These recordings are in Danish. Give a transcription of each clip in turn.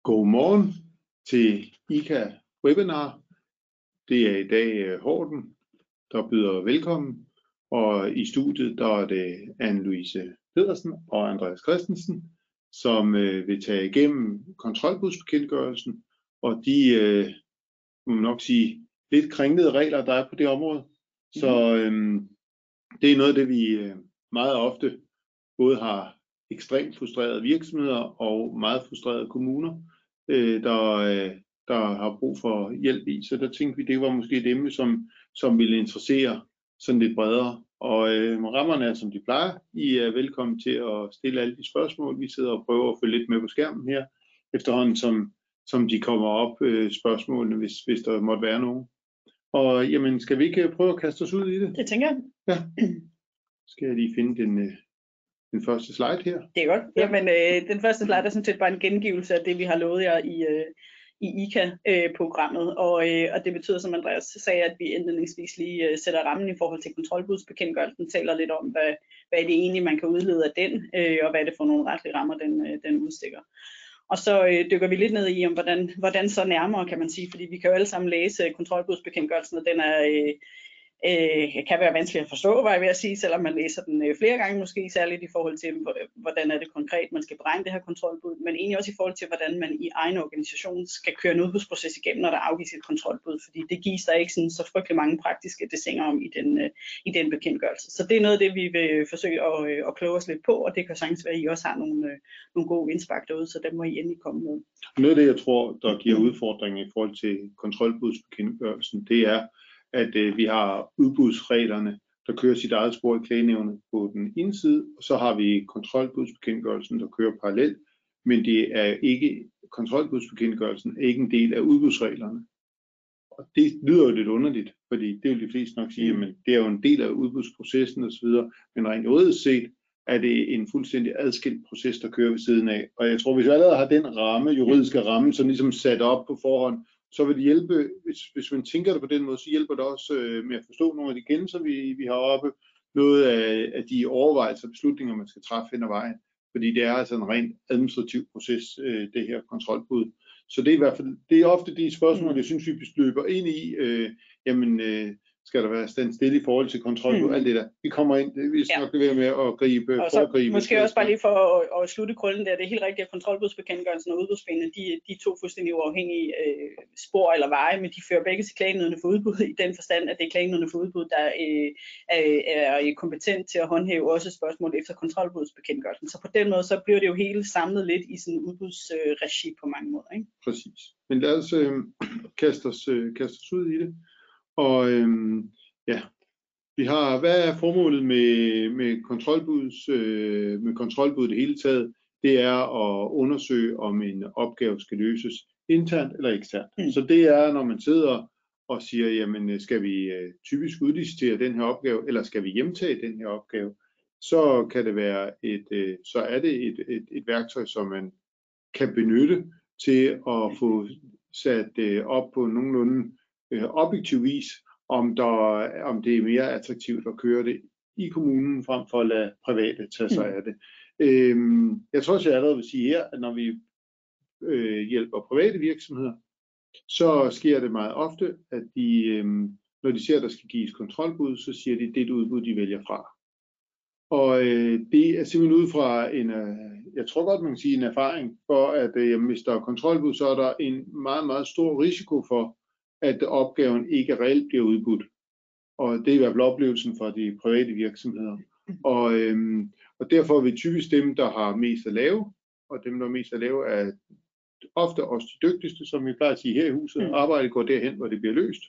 Godmorgen til ICA webinar. Det er i dag Horten, der byder velkommen, og i studiet der er det Anne-Louise Pedersen og Andreas Christensen, som vil tage igennem kontrolbudsbekendtgørelsen og de, må man nok sige, lidt kringlede regler, der er på det område. Så det er noget af det, vi meget ofte både har ekstremt frustrerede virksomheder og meget frustrerede kommuner, der har brug for hjælp i. Så der tænkte vi, det var måske et emne, som ville interessere sådan lidt bredere. Og rammerne er, som de plejer. I er velkommen til at stille alle de spørgsmål. Vi sidder og prøver at følge lidt med på skærmen her, efterhånden som de kommer op, spørgsmålene, hvis der måtte være nogen. Og jamen, skal vi ikke prøve at kaste os ud i det? Det tænker jeg. Ja. Skal jeg lige finde den første slide her? Det er godt. Ja. Jamen, den første slide er sådan set bare en gengivelse af det, vi har lovet jer i ICA-programmet. Og det betyder, som Andreas sagde, at vi indledningsvis lige sætter rammen i forhold til kontrolbudsbekendtgørelsen, taler lidt om, hvad er det egentlig, man kan udlede af den, og hvad er det for nogle retlige rammer, den udstikker. Og så dykker vi lidt ned i, om hvordan så nærmere, kan man sige, fordi vi kan jo alle sammen læse kontrolbudsbekendtgørelsen, og den kan være vanskelig at forstå, var jeg ved at sige, selvom man læser den flere gange måske, særligt i forhold til, hvordan er det konkret, man skal beregne det her kontrolbud, men egentlig også i forhold til, hvordan man i egen organisation skal køre en udbudsproces igennem, når der afgives et kontrolbud, fordi det gives der ikke sådan så frygtelig mange praktiske desinger om i den bekendtgørelse. Så det er noget af det, vi vil forsøge at kloge os lidt på, og det kan sagtens være, at I også har nogle gode indspark derude, så dem må I endelig komme med. Noget af det, jeg tror, der giver udfordringer i forhold til kontrolbudsbekendtgørelsen, det er, at vi har udbudsreglerne, der kører sit eget spor i klagenævnet på den ene side, og så har vi kontrolbudsbekendtgørelsen, der kører parallelt, men det er ikke, kontrolbudsbekendtgørelsen er ikke en del af udbudsreglerne. Og det lyder jo lidt underligt, fordi det vil de fleste nok sige, at det er jo en del af udbudsprocessen osv., men rent juridisk set er det en fuldstændig adskilt proces, der kører ved siden af. Og jeg tror, hvis vi allerede har den juridiske ramme, som ligesom sat op på forhånd, så vil det hjælpe, hvis man tænker det på den måde, så hjælper det også med at forstå nogle af de kendelser, vi har oppe, noget af de overvejelser og beslutninger, man skal træffe hen ad vejen. Fordi det er altså en rent administrativ proces, det her kontrolbud. Så det er i hvert fald, det er ofte de spørgsmål, jeg synes, vi løber ind i. Skal der være standstille i forhold til kontrolbud, alt det der. Vi kommer ind, vi skal nok være med at foregribe. Måske også bare lige for at slutte krøllen der, det er helt rigtigt, at kontrolbudbekendtgørelsen og udbudsbindene, de to fuldstændig uafhængige spor eller veje, men de fører begge til klagenødene for udbud i den forstand, at det er klagenødene for udbud, der er kompetent til at håndhæve også spørgsmål efter kontrolbudsbekendtgørelsen. Så på den måde, så bliver det jo hele samlet lidt i sådan en udbudsregi på mange måder. Ikke? Præcis. Men lad os kaste os ud i det. Og vi har, hvad er formålet med kontrolbuddet det hele taget? Det er at undersøge, om en opgave skal løses internt eller eksternt. Så det er, når man sidder og siger, jamen skal vi typisk udlicitere den her opgave, eller skal vi hjemtage den her opgave, så kan det være et værktøj, som man kan benytte til at få sat op på nogenlunde objektiv vis, om det er mere attraktivt at køre det i kommunen, frem for at lade private tage sig af det. Jeg tror også, jeg allerede vil sige her, at når vi hjælper private virksomheder, så sker det meget ofte, at de, når de ser, at der skal gives kontrolbud, så siger de, at det er et udbud, de vælger fra. Og det er simpelthen ud fra jeg tror godt, man kan sige en erfaring, for at hvis der er kontrolbud, så er der en meget, meget stor risiko for, at opgaven ikke reelt bliver udbudt. Og det er i hvert fald oplevelsen for de private virksomheder. Og derfor vil typisk dem, der har mest at lave, og dem, der har mest at lave, er ofte også de dygtigste, som vi plejer at sige her i huset. Arbejdet går derhen, hvor det bliver løst.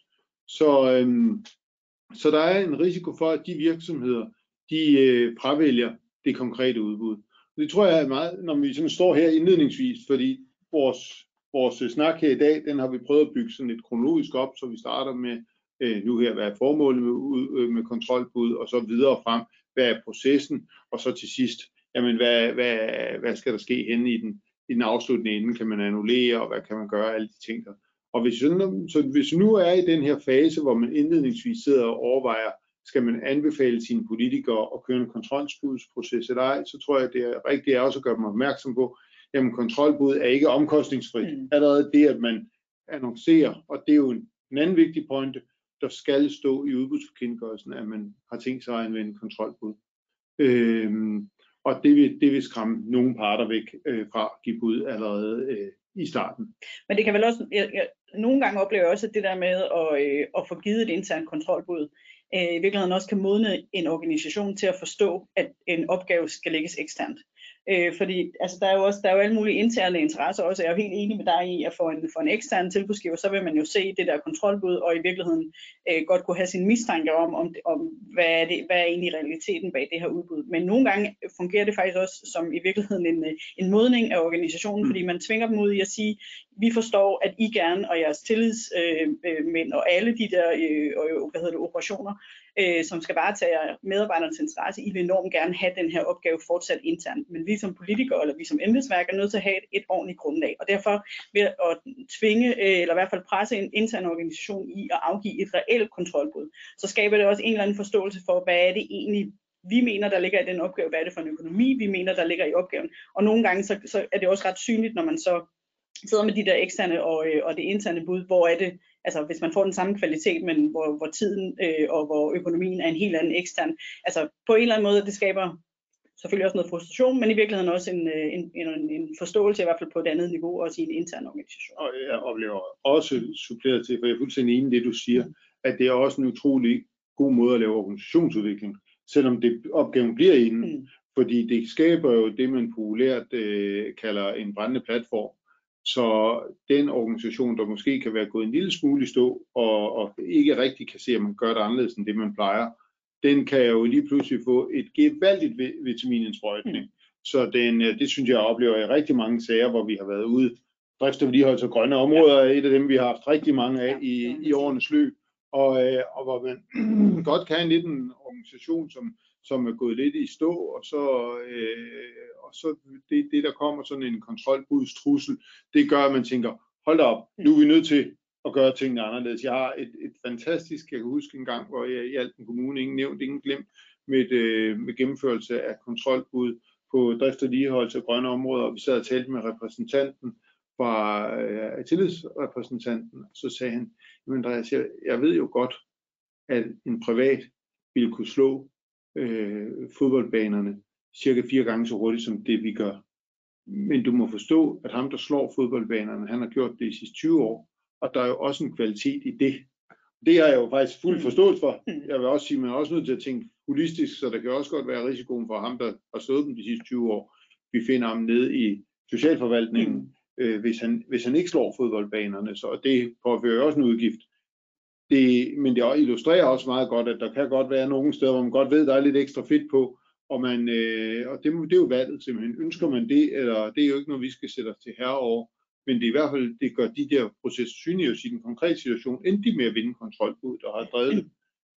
Så der er en risiko for, at de virksomheder, de fravælger det konkrete udbud. Og det tror jeg er meget, når vi sådan står her indledningsvis, fordi vores snak her i dag, den har vi prøvet at bygge sådan lidt kronologisk op, så vi starter med nu her, hvad er formålet med kontrolbud, og så videre frem, hvad er processen, og så til sidst, jamen hvad skal der ske henne i den afsluttende ende, kan man annullere, og hvad kan man gøre, alle de ting der. Og hvis nu er i den her fase, hvor man indledningsvis sidder og overvejer, skal man anbefale sine politikere at køre en kontrolbudsproces eller ej, så tror jeg, det er rigtigt også at gøre dem opmærksom på, jamen kontrolbud er ikke omkostningsfrit. Allerede det, at man annoncerer, og det er jo en anden vigtig pointe, der skal stå i udbudsforkyndelsen, at man har tænkt sig at anvende kontrolbud. Og det vil skræmme nogle parter væk fra at give bud allerede i starten. Men det kan vel også, nogle gange oplever jeg også, at det der med at få givet et internt kontrolbud, i virkeligheden også kan modne en organisation til at forstå, at en opgave skal lægges eksternt. Fordi altså, der er jo alle mulige interne interesser også. Jeg er jo helt enig med dig i, at for en ekstern tilbudsgiver, så vil man jo se det der kontrolbud, og i virkeligheden godt kunne have sin mistanke om hvad er egentlig realiteten bag det her udbud. Men nogle gange fungerer det faktisk også som i virkeligheden en modning af organisationen, fordi man tvinger dem ud i at sige, vi forstår, at I gerne og jeres tillidsmænd og alle de der operationer, som skal varetage medarbejdernes interesse, I vil enormt gerne have den her opgave fortsat internt. Men vi som politikere eller vi som embedsværk er nødt til at have et ordentligt grundlag. Og derfor ved at tvinge, eller i hvert fald presse en intern organisation i at afgive et reelt kontrolbud, så skaber det også en eller anden forståelse for, hvad er det egentlig, vi mener, der ligger i den opgave, hvad er det for en økonomi, vi mener, der ligger i opgaven. Og nogle gange så er det også ret synligt, når man så sidder med de der eksterne og det interne bud, hvor er det, altså hvis man får den samme kvalitet, men hvor tiden og hvor økonomien er en helt anden ekstern. Altså på en eller anden måde, det skaber selvfølgelig også noget frustration, men i virkeligheden også en forståelse, i hvert fald på et andet niveau, også i en intern organisation. Og jeg oplever også suppleret til, for jeg er fuldstændig enig i det, du siger, at det er også en utrolig god måde at lave organisationsudvikling, selvom opgaven bliver inden, fordi det skaber jo det, man populært kalder en brændende platform. Så den organisation, der måske kan være gået en lille smule i stå, og ikke rigtig kan se, at man gør det anderledes end det, man plejer, den kan jo lige pludselig få et gevaldigt vitaminindsprøjtning. Så det synes jeg oplever i rigtig mange sager, hvor vi har været ude. Drift- og vedligeholdelse af grønne områder er et af dem, vi har haft rigtig mange af i årenes løb. Og hvor man godt kan have en organisation, som er gået lidt i stå, og så det der kommer sådan en kontrolbudstrussel, det gør, at man tænker, hold da op, nu er vi nødt til at gøre tingene anderledes. Jeg har et fantastisk, jeg kan huske en gang, hvor jeg i Alten Kommune, ingen nævnt, ingen glemt, med gennemførelse af kontrolbud på drift- og vedligeholdelse af grønne områder, og vi sad og talte med repræsentanten fra tillidsrepræsentanten, og så sagde han, jamen Andreas, jeg ved jo godt, at en privat ville kunne slå fodboldbanerne cirka 4 gange så hurtigt som det vi gør. Men du må forstå, at ham der slår fodboldbanerne, han har gjort det i sidste 20 år, og der er jo også en kvalitet i det. Det har jeg jo faktisk fuld forståelse for. Jeg vil også sige, at man er også nødt til at tænke holistisk, så der kan også godt være risikoen for ham, der har slået dem de sidste 20 år. Vi finder ham nede i socialforvaltningen, hvis han ikke slår fodboldbanerne, så det påfører også en udgift. Men det illustrerer også meget godt, at der kan godt være nogle steder, hvor man godt ved, at der er lidt ekstra fedt på, og det er jo valget simpelthen. Ønsker man det, eller det er jo ikke noget, vi skal sætte os til herover, men det er i hvert fald, det gør de der processer synlige i den konkrete situation, endte de med at vinde kontrolbud, og har drevet det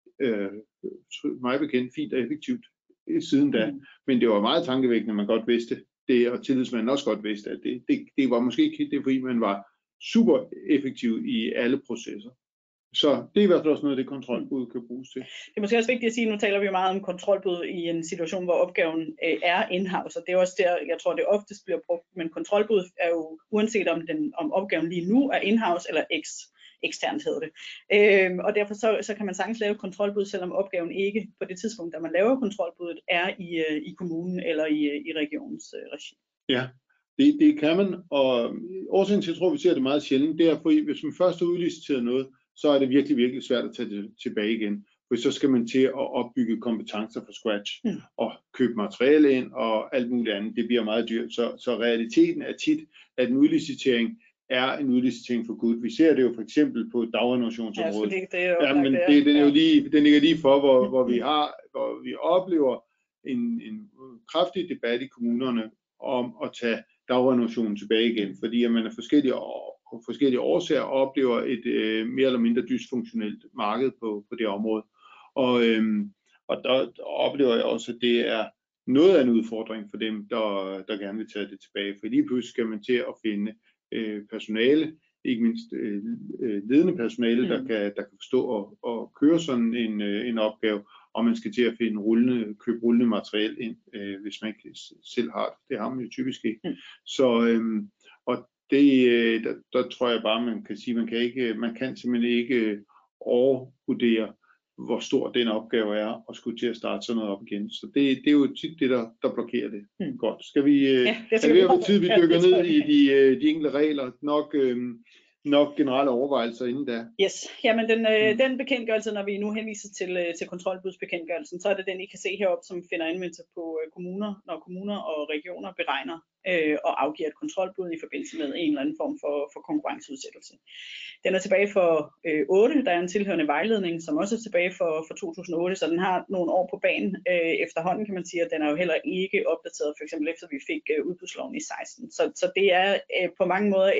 mig bekendt fint og effektivt siden da. Men det var meget tankevækkende, at man godt vidste det, og tillidsmanden også godt vidste, at det var måske ikke det, fordi man var super effektiv i alle processer. Så det er i hvert fald også noget, det kontrolbud kan bruges til. Det er måske også vigtigt at sige, at nu taler vi jo meget om kontrolbud i en situation, hvor opgaven er in-house, og det er også der, jeg tror, det oftest bliver brugt, men kontrolbud er jo uanset om opgaven lige nu er in-house eller eksternt hedder det. Og derfor så kan man sagtens lave kontrolbud, selvom opgaven ikke på det tidspunkt, da man laver kontrolbuddet, er i kommunen eller i regionens regi. Ja, det kan man, og årsagen til, jeg tror, vi ser det meget sjældent, det er, fordi hvis man først har udliciteret noget, så er det virkelig, virkelig svært at tage det tilbage igen. For så skal man til at opbygge kompetencer fra scratch og købe materiale ind og alt muligt andet. Det bliver meget dyrt. Så realiteten er tit, at en udlicitering er en udlicitering for Gud. Vi ser det jo for eksempel på dagrenovationsområdet. Den ligger lige for, hvor vi oplever en kraftig debat i kommunerne om at tage dagrenovationen tilbage igen, fordi at man er forskellige årsager oplever et mere eller mindre dysfunktionelt marked på det område. Og der oplever jeg også, at det er noget af en udfordring for dem, der gerne vil tage det tilbage. For lige pludselig skal man til at finde personale, ikke mindst ledende personale, der kan forstå og køre sådan en opgave. og man skal til at købe rullende materiel ind, hvis man ikke selv har det. Det har man jo typisk ikke. Så, og det, der tror jeg bare, man kan sige, man kan simpelthen ikke overvurdere, hvor stor den opgave er, og skulle til at starte sådan noget op igen. Så det er jo tit det, der blokerer det. Godt. Skal vi, er vi på tid, vi dykker ned i de enkelte regler? Nok generelle overvejelser inden da. Yes, jamen den bekendtgørelse, når vi nu henviser til kontrolbudsbekendtgørelsen, så er det den, I kan se heroppe, som finder anvendelse på kommuner, når kommuner og regioner beregner og afgiver et kontrolbud i forbindelse med en eller anden form for konkurrenceudsættelse. Den er tilbage for 8, der er en tilhørende vejledning, som også er tilbage for 2008, så den har nogle år på banen efterhånden, kan man sige, og den er jo heller ikke opdateret, for eksempel efter vi fik udbudsloven i 16. Så det er på mange måder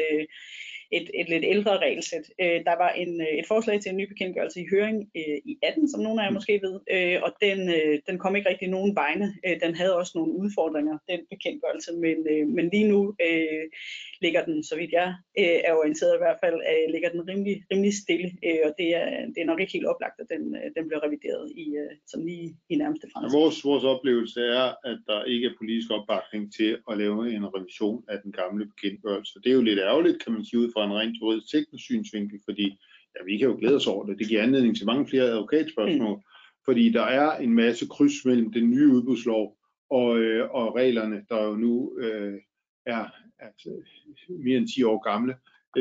et lidt ældre regelsæt. Der var et forslag til en ny bekendtgørelse i høring i 18, som nogle af jer måske ved, og den kom ikke rigtig nogen vegne. Den havde også nogle udfordringer, den bekendtgørelse, men lige nu ligger den, så vidt jeg er orienteret i hvert fald, ligger den rimelig stille, og det er nok ikke helt oplagt, at den bliver revideret sådan lige i nærmeste fremtid. Vores oplevelse er, at der ikke er politisk opbakning til at lave en revision af den gamle bekendtgørelse. Det er jo lidt ærgerligt, kan man sige, ud fra en rent juridisk teknisk synsvinkel, fordi vi kan jo glæde os over det. Det giver anledning til mange flere advokatspørgsmål, fordi der er en masse kryds mellem den nye udbudslov og reglerne, der jo nu er mere end 10 år gamle,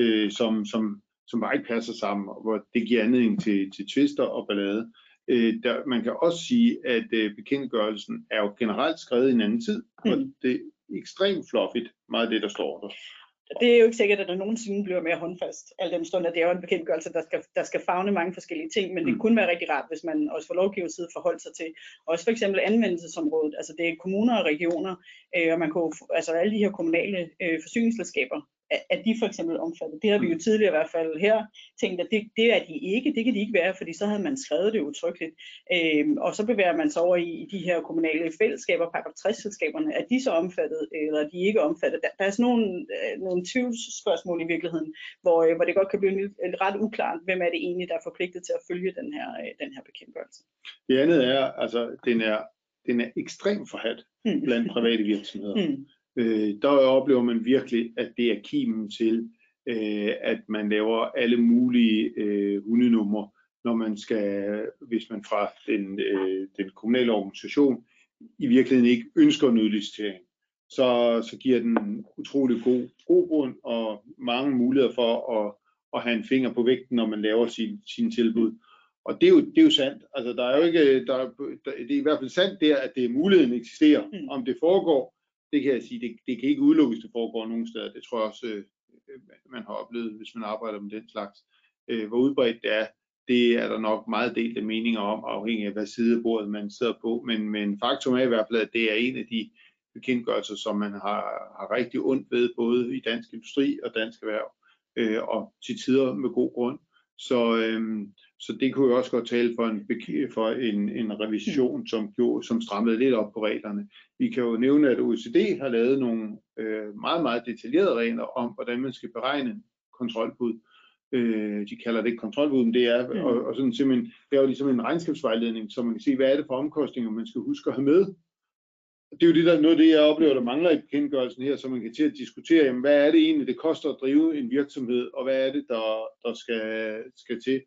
som bare ikke passer sammen, og hvor det giver anledning til tvister og ballade. Man kan også sige, at bekendtgørelsen er jo generelt skrevet i en anden tid, og det er ekstremt fluffigt, meget af det, der står der. Det er jo ikke sikkert, at der nogensinde bliver mere håndfast, al den stund, at det er jo en bekendtgørelse, der skal favne mange forskellige ting, men det kunne være rigtig rart, hvis man også fra lovgivers side forholdt sig til, også for eksempel anvendelsesområdet, altså det er kommuner og regioner, og man kunne, altså alle de her kommunale forsyningsselskaber, at de for eksempel omfattet. Det har vi jo tidligere i hvert fald her tænkt, at det er de ikke, det kan de ikke være, fordi så havde man skrevet det udtrykkeligt. Og så bevæger man sig over i de her kommunale fællesskaber, paragraf 60-selskaberne, er de så omfattet, eller er de ikke omfattet? Der er sådan nogle tvivlsspørgsmål i virkeligheden, hvor det godt kan blive ret uklart, hvem er det egentlig, der er forpligtet til at følge den her bekendtgørelse. Det andet er, altså den er ekstremt forhadt blandt private virksomheder. Der oplever man virkelig, at det er kimen til, at man laver alle mulige hundenumre, når man hvis man fra den kommunale organisation i virkeligheden ikke ønsker en udlicitering, så giver den utrolig god grobund og mange muligheder for at have en finger på vægten, når man laver sine tilbud. Og det er jo sandt. Altså der er jo ikke, det er i hvert fald sandt der, at det er muligheden eksisterer. Om det foregår, det kan jeg sige, det kan ikke udelukkes, det foregår nogen steder. Det tror jeg også, man har oplevet, hvis man arbejder med den slags. Hvor udbredt det er der nok meget delte meninger om, afhængig af hvad side af bordet man sidder på. Men faktum er i hvert fald, at det er en af de bekendtgørelser, som man har rigtig ondt ved, både i dansk industri og dansk erhverv, og til tider med god grund. Så det kunne jo også godt tale for en revision, som strammede lidt op på reglerne. Vi kan jo nævne, at OECD har lavet nogle meget, meget detaljerede regler om, hvordan man skal beregne kontrolbud. De kalder det ikke kontrolbud, men det er, og sådan simpelthen, det er jo ligesom en regnskabsvejledning, så man kan se, hvad er det for omkostninger, man skal huske at have med. Det er jo noget af det, jeg oplever, der mangler i bekendtgørelsen her, så man kan til at diskutere, jamen, hvad er det egentlig, det koster at drive en virksomhed, og hvad er det, der skal til.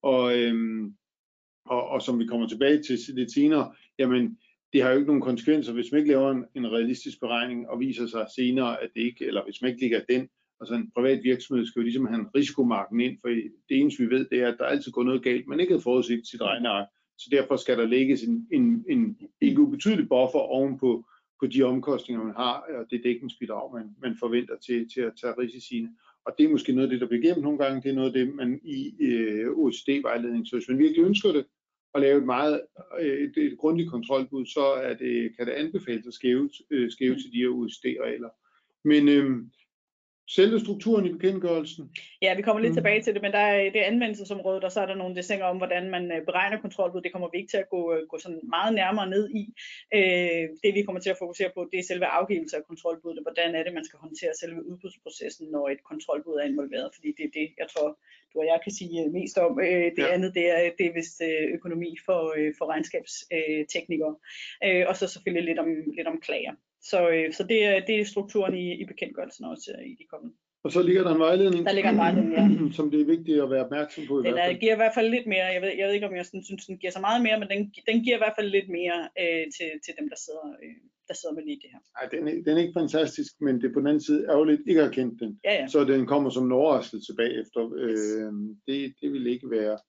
Og som vi kommer tilbage til lidt senere, jamen, det har jo ikke nogen konsekvenser, hvis man ikke laver en realistisk beregning, og viser sig senere, at det ikke, eller hvis man ikke ligger den, altså en privat virksomhed skal jo ligesom have en risikomarken ind, for det eneste vi ved, det er, at der altid går noget galt, man ikke havde forudset sit regneark. Så derfor skal der lægges en ikke ubetydelig buffer ovenpå de omkostninger, man har, og det dækningsbidrag, man forventer til at tage risiciene. Og det er måske noget af det, der bliver gennem nogle gange. Det er noget af det, man i OECD-vejledning, så hvis man virkelig ønsker det, at lave et grundigt kontrolbud, så kan det anbefales at skæve til de her OECD-regler. selve strukturen i bekendtgørelsen. Ja, vi kommer lidt tilbage til det, men der er det anvendelsesområde, og så er der nogle desinger om, hvordan man beregner kontrolbud. Det kommer vi ikke til at gå sådan meget nærmere ned i. Det vi kommer til at fokusere på, det er selve afgivelse af kontrolbuddet. Hvordan er det, man skal håndtere selve udbudsprocessen, når et kontrolbud er involveret, fordi det er det, jeg tror, du og jeg kan sige mest om. Det andet, det er vist økonomi for regnskabsteknikere, og så selvfølgelig lidt om klager. Så det er strukturen i bekendtgørelsen også i de kommende. Og så ligger der en vejledning, der ligger en vejledning, ja. Som det er vigtigt at være opmærksom på. Den giver i hvert fald lidt mere. Jeg ved ikke, om jeg synes, den giver så meget mere, men den giver i hvert fald lidt mere til dem, der sidder med lige det her. Nej, den er ikke fantastisk, men det er på den anden side ærgerligt ikke at have kendt den. Ja. Så den kommer som en overraskelse bagefter. Det vil ikke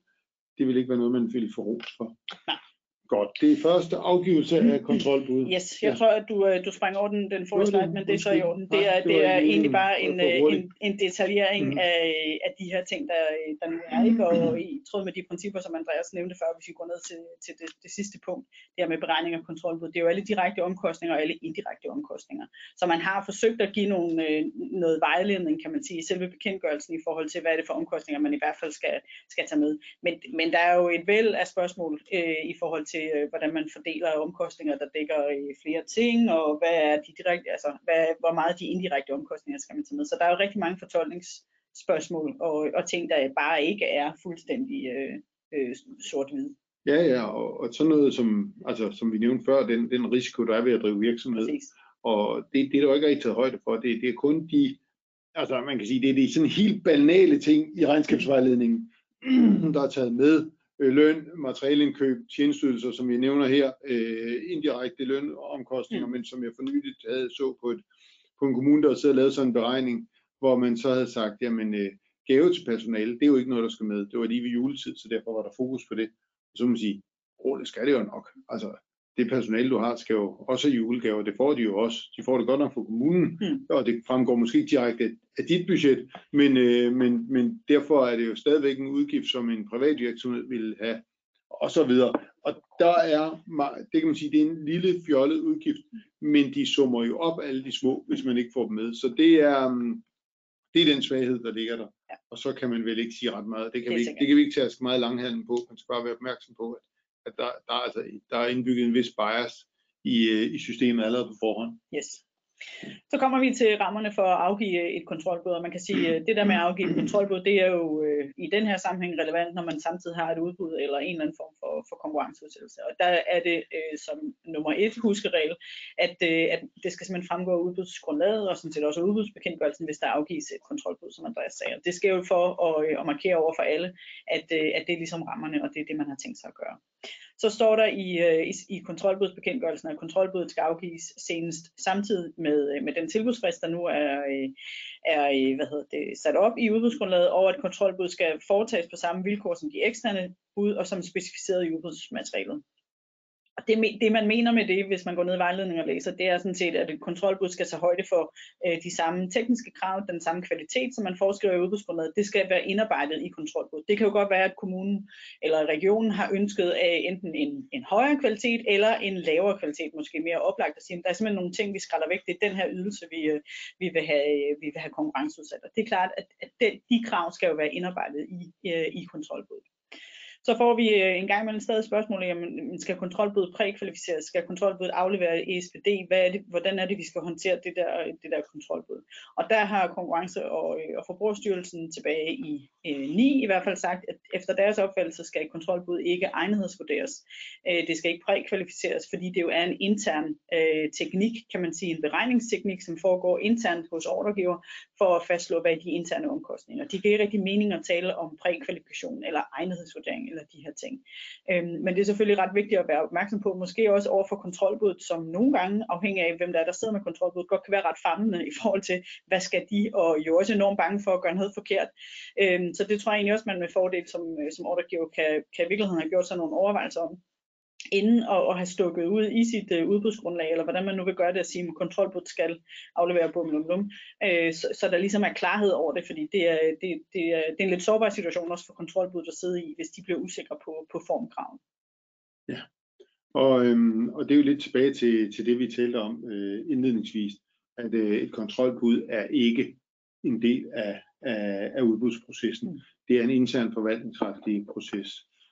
være noget, man vil få ros for. Nej. Godt. Det er første afgivelse af kontrolbud. Yes, jeg tror, at du sprang over den forrige slide, men det er så i orden. Det er egentlig bare en detaljering af de her ting, der nu er, ikke? Og i tråd med de principper, som Andreas nævnte før, hvis vi går ned til det sidste punkt, det her med beregning af kontrolbud. Det er jo alle direkte omkostninger og alle indirekte omkostninger. Så man har forsøgt at give noget vejledning, kan man sige, i selve bekendtgørelsen i forhold til, hvad er det for omkostninger, man i hvert fald skal tage med. Men der er jo et væld af spørgsmål i forhold til hvordan man fordeler omkostninger, der dækker flere ting, og hvad er de direkte, altså hvor meget de indirekte omkostninger skal man tage med. Så der er jo rigtig mange fortolkningsspørgsmål og ting, der bare ikke er fuldstændig sort-hvide. Ja, og sådan noget som vi nævnte før, den risiko, der er ved at drive virksomhed. Præcis. Og det er der jo ikke rigtig taget højde for. Det er kun man kan sige, det er de sådan helt banale ting i regnskabsvejledningen, der er taget med. Løn, materialindkøb, tjenesteydelser, som vi nævner her, indirekte lønomkostninger, men som jeg for nyligt så på en kommune, der havde lavet sådan en beregning, hvor man så havde sagt, jamen gave til personale, det er jo ikke noget, der skal med. Det var lige ved juletid, så derfor var der fokus på det. Så må man sige, det skal det jo nok. Altså, det personale, du har, skal jo også have julegaver. Det får de jo også. De får det godt nok fra kommunen, og det fremgår måske ikke direkte af dit budget, men derfor er det jo stadigvæk en udgift, som en privat virksomhed vil have, og så videre. Og der er, det kan man sige, det er en lille fjollet udgift, men de summer jo op alle de små, hvis man ikke får dem med. Så det er den svaghed, der ligger der. Ja. Og så kan man vel ikke sige ret meget. Det kan vi ikke tage så meget langhalm på. Man skal bare være opmærksom på, at der er indbygget en vis bias i systemet allerede på forhånd. Yes. Så kommer vi til rammerne for at afgive et kontrolbud, og man kan sige, at det der med at afgive et kontrolbud, det er jo i den her sammenhæng relevant, når man samtidig har et udbud eller en eller anden form for konkurrenceudsættelse. Og der er det som nummer 1 huskeregel, at det skal simpelthen fremgå af udbudsgrundlaget, og sådan set også udbudsbekendtgørelsen, hvis der afgives et kontrolbud, som Andreas sagde. Det skal jo for at markere over for alle, at det er ligesom rammerne, og det er det, man har tænkt sig at gøre. Så står der i kontrolbudsbekendtgørelsen, at kontrolbuddet skal afgives senest samtidig med den tilbudsfrist, der nu er sat op i udbudsgrundlaget, og at kontrolbuddet skal foretages på samme vilkår som de eksterne bud, og som specificeret i udbudsmaterialet. Og det man mener med det, hvis man går ned i vejledningen og læser, det er sådan set, at et kontrolbud skal tage højde for de samme tekniske krav, den samme kvalitet, som man foreskriver i udbudsgrundlaget. Det skal være indarbejdet i kontrolbud. Det kan jo godt være, at kommunen eller regionen har ønsket enten en højere kvalitet eller en lavere kvalitet, måske mere oplagt at sige. Der er simpelthen nogle ting, vi skræller væk. Det er den her ydelse, vi vil have konkurrenceudsat. Og det er klart, at de krav skal jo være indarbejdet i kontrolbuddet. Så får vi en gang imellem stadig spørgsmål, jamen, skal kontrolbuddet prækvalificeres? Skal kontrolbuddet aflevere ESPD? Hvordan er det, vi skal håndtere det der kontrolbud? Og der har Konkurrence- og Forbrugerstyrelsen tilbage i 9 i hvert fald sagt, at efter deres opfattelse skal et kontrolbud ikke egnethedsvurderes. Det skal ikke prækvalificeres, fordi det jo er en intern teknik, kan man sige, en beregningsteknik, som foregår internt hos ordregiver for at fastslå, hvad de interne omkostninger. De giver ikke rigtig mening at tale om prækvalifikation eller egnethedsvurdering eller de her ting. Men det er selvfølgelig ret vigtigt at være opmærksom på, måske også over for kontrolbuddet, som nogle gange, afhængig af hvem der sidder med kontrolbuddet, godt kan være ret famlende i forhold til, hvad skal de, og jo også enormt bange for at gøre noget forkert. Så det tror jeg egentlig også, man med fordel som ordregiver kan i virkeligheden have gjort sig nogle overvejelser om, inden at have stukket ud i sit udbudsgrundlag, eller hvordan man nu vil gøre det, at sige, at kontrolbud skal aflevere bum. Så der ligesom er klarhed over det, fordi det er en lidt sårbar situation også for kontrolbuddet at sidde i, hvis de bliver usikre på formkraven. Ja, og det er jo lidt tilbage til det, vi talte om indledningsvis, at et kontrolbud er ikke en del af udbudsprocessen. Det er en intern forvaltningsretlig proces.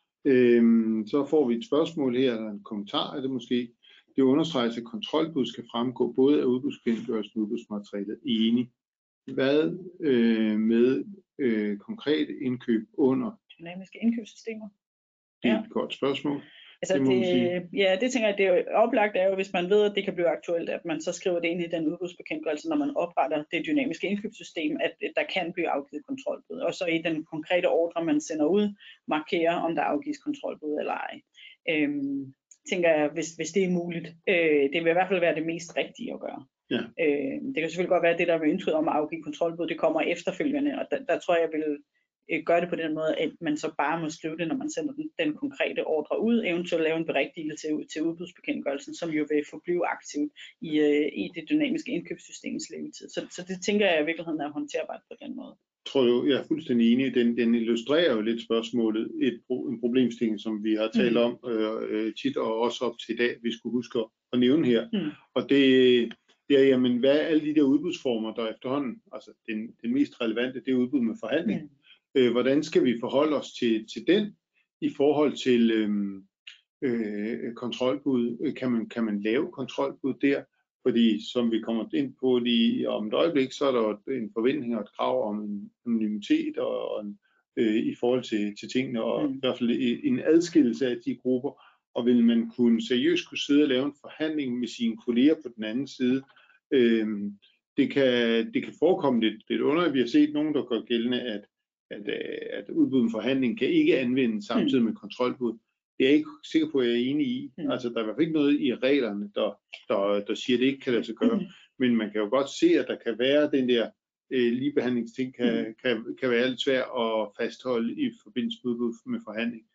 Så får vi et spørgsmål her, eller en kommentar er det måske. Det understreges, at kontrolbud skal fremgå både af udbudsbekendtgørelsen og udbudsmaterialet. Enig. Hvad med konkrete indkøb under dynamiske indkøbssystemer? Det er et godt spørgsmål. Altså det tænker jeg, det er oplagt er jo, hvis man ved, at det kan blive aktuelt, at man så skriver det ind i den udbudsbekendtgørelse, når man opretter det dynamiske indkøbssystem, at der kan blive afgivet kontrolbud. Og så i den konkrete ordre, man sender ud, markerer, om der afgives kontrolbud eller ej. Tænker jeg, hvis det er muligt. Det vil i hvert fald være det mest rigtige at gøre. Ja. Det kan selvfølgelig godt være, at det der med ønsket om at afgive kontrolbud, det kommer efterfølgende, og der tror jeg, vil gøre det på den måde, at man så bare må skrive det, når man sender den konkrete ordre ud, eventuelt lave en berigtigelse til udbudsbekendtgørelsen, som jo vil forblive aktivt i det dynamiske indkøbssystemets levetid. Så det tænker jeg i virkeligheden er håndterbart på den måde. Jeg er fuldstændig enig. Den illustrerer jo lidt spørgsmålet, en problemstilling, som vi har talt om tit og også op til i dag, vi skulle huske at nævne her. Og det er, jamen, hvad er alle de der udbudsformer, der efterhånden, altså den mest relevante, det er udbud med forhandling. Hvordan skal vi forholde os til den i forhold til kontrolbud? Kan man lave kontrolbud der? Fordi som vi kommer ind på lige om et øjeblik, så er der en forventning og et krav om en anonymitet og i forhold til tingene, og i hvert fald en adskillelse af de grupper. Og vil man seriøst kunne sidde og lave en forhandling med sine kolleger på den anden side? Det kan forekomme lidt underligt. Vi har set nogen, der gør gældende, at udbud med forhandling kan ikke anvendes samtidig med kontrolbud. Det er jeg ikke sikker på, at jeg er enig i. Altså, der er i hvert fald ikke noget i reglerne, der siger, at det ikke kan lade sig gøre. Men man kan jo godt se, at der kan være den der ligebehandlingsting, kan være lidt svært at fastholde i forbindelse med udbud med forhandling.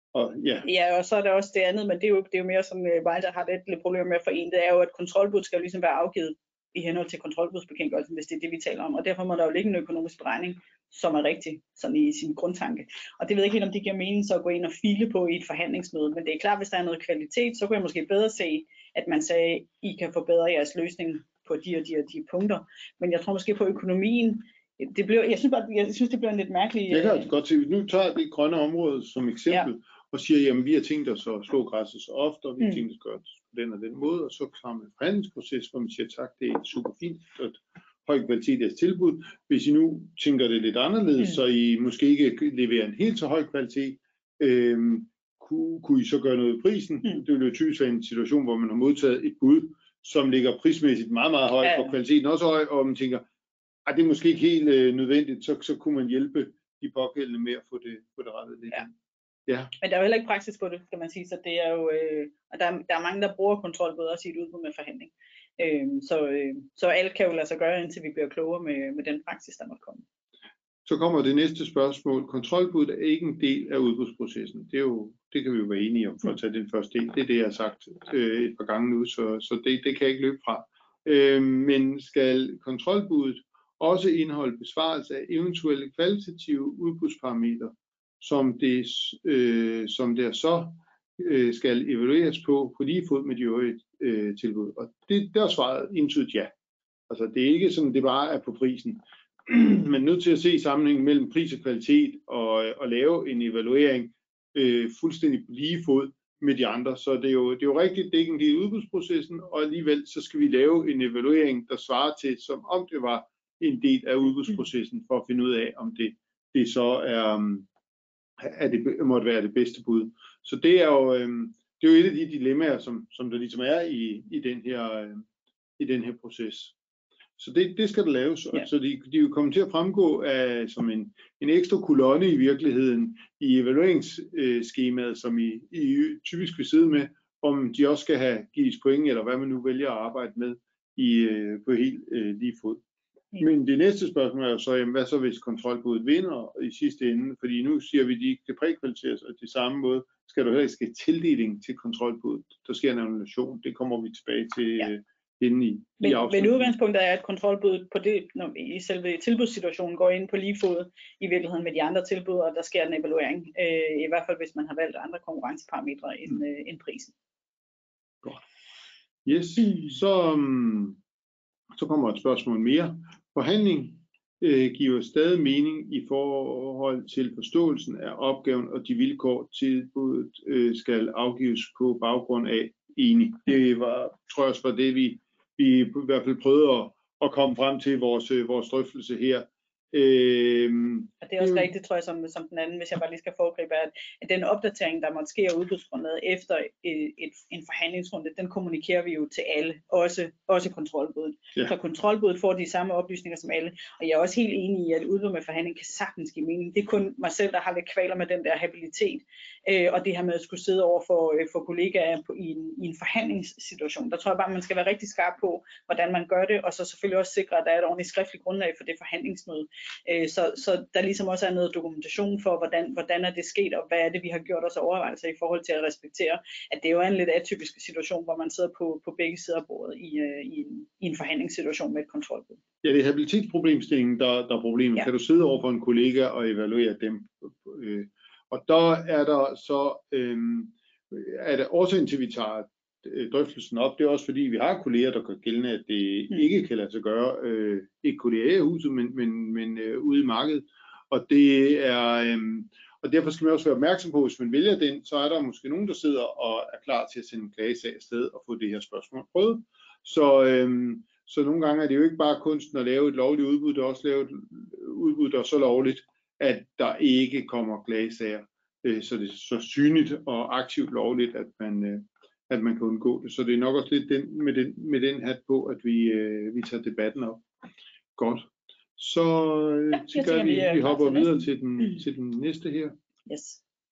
Og så er der også det andet, men det er jo mere som mig, der har lidt problemer med at forene. Det er jo, at kontrolbud skal jo ligesom være afgivet i henhold til kontrolbudsbekendtgørelsen, hvis det er det, vi taler om. Og derfor må der jo ligge en økonomisk beregning, som er rigtig sådan i sin grundtanke. Og det ved jeg ikke helt, om det giver mening så at gå ind og file på i et forhandlingsmøde. Men det er klart, hvis der er noget kvalitet, så kunne jeg måske bedre se, at man sagde, I kan forbedre jeres løsning på de og de punkter. Men jeg tror måske på økonomien. Jeg synes, det bliver en lidt mærkelig. Jeg kan godt se, nu tager det grønne område som eksempel, og siger, jamen vi har tænkt os at slå græsset så ofte, og vi har tænkt os at gøre det på den og den måde, og så kommer en forhandlingsproces, hvor man siger tak, det er super fint, og høj kvalitet af tilbud. Hvis I nu tænker det lidt anderledes, så I måske ikke leverer en helt så høj kvalitet, kunne I så gøre noget i prisen? Det vil jo typisk være en situation, hvor man har modtaget et bud, som ligger prismæssigt meget, meget højt, og kvaliteten også høj, og man tænker, det er måske ikke helt nødvendigt, så kunne man hjælpe de pågældende med at få det rettet lidt. Ja. Men der er jo heller ikke praksis på det, skal man sige, så det er jo, og der er mange, der bruger kontrolbud også i et udbud med forhandling. Så alt kan jo lade sig gøre, indtil vi bliver klogere med den praksis, der måtte komme. Så kommer det næste spørgsmål. Kontrolbud er ikke en del af udbudsprocessen. Det kan vi jo være enige om for at tage den første del. Det er det, jeg har sagt et par gange nu, så det kan jeg ikke løbe fra. Men skal kontrolbuddet også indeholde besvarelse af eventuelle kvalitative udbudsparametre, som der så skal evalueres på lige fod med de øvrige tilbud. Og der er svaret entydigt ja. Altså det er ikke sådan, det bare er på prisen. Man er nødt til at se sammenhængen mellem pris og kvalitet og lave en evaluering fuldstændig på lige fod med de andre. Så det er jo rigtigt, det er ikke en del af udbudsprocessen, og alligevel så skal vi lave en evaluering, der svarer til, som om det var en del af udbudsprocessen, for at finde ud af, om det så det måtte være det bedste bud. Så det er jo et af de dilemmaer, som der ligesom er i den her proces. Så det skal der laves, så de vil komme til at fremgå som en ekstra kolonne i virkeligheden i evalueringsskemaet, som I typisk vil sidde med, om de også skal have givet point, eller hvad man nu vælger at arbejde med på helt lige fod. Men det næste spørgsmål er jo så, hvad så hvis kontrolbuddet vinder i sidste ende? Fordi nu siger vi, at de ikke kan prækvalificeres, og på samme måde skal der heller ikke ske tildeling til kontrolbuddet. Der sker en annulation. Det kommer vi tilbage til inde i Men udgangspunktet er, at kontrolbuddet på det, når i selve tilbudssituationen går ind på lige fod i virkeligheden med de andre tilbud, og der sker en evaluering. I hvert fald hvis man har valgt andre konkurrenceparametre end prisen. Godt. Yes, så kommer et spørgsmål mere. Forhandling giver stadig mening i forhold til forståelsen af opgaven og de vilkår tilbuddet skal afgives på baggrund af. Enig. Det var, tror jeg også var det, vi i hvert fald prøvede at komme frem til vores drøftelse her. Og det er også rigtigt, tror jeg, som den anden, hvis jeg bare lige skal foregribe, at den opdatering, der måtte ske af udbudsgrundlaget efter en forhandlingsrunde, den kommunikerer vi jo til alle, også kontrolbuddet. Ja. Så kontrolbuddet får de samme oplysninger som alle, og jeg er også helt enig i, at udbud med forhandling kan sagtens give mening. Det er kun mig selv, der har lidt kvaler med den der habilitet, og det her med at skulle sidde over for kollegaer i en forhandlingssituation. Der tror jeg bare, man skal være rigtig skarp på, hvordan man gør det, og så selvfølgelig også sikre, at der er et ordentligt skriftligt grundlag for det forhandlingsmøde. Så der ligesom også er noget dokumentation for, hvordan er det sket, og hvad er det, vi har gjort os overvejelser i forhold til at respektere, at det jo er en lidt atypisk situation, hvor man sidder på begge sider af bordet i en forhandlingssituation med et kontrolbud. Ja, det er habilitetsproblemstillingen, der er problemet. Ja. Kan du sidde over for en kollega og evaluere dem? Og der er der så, er det årsagen til, at vi tager drøftelsen op, det er også fordi, vi har kolleger, der gør gældende, at det ikke kan lade sig gøre, ikke kolleger i huset, men ude i markedet. Og det er, og derfor skal man også være opmærksom på, hvis man vælger den, så er der måske nogen, der sidder og er klar til at sende en klagesag afsted og få det her spørgsmål prøvet. Så nogle gange er det jo ikke bare kunsten at lave et lovligt udbud, det er også lavet et udbud, der er så lovligt, at der ikke kommer klagesager. Så det er så synligt og aktivt lovligt, at man kan undgå det. Så det er nok også lidt med den hat på, at vi tager debatten op. Godt. Så tænker vi hopper videre til den næste her. Yes.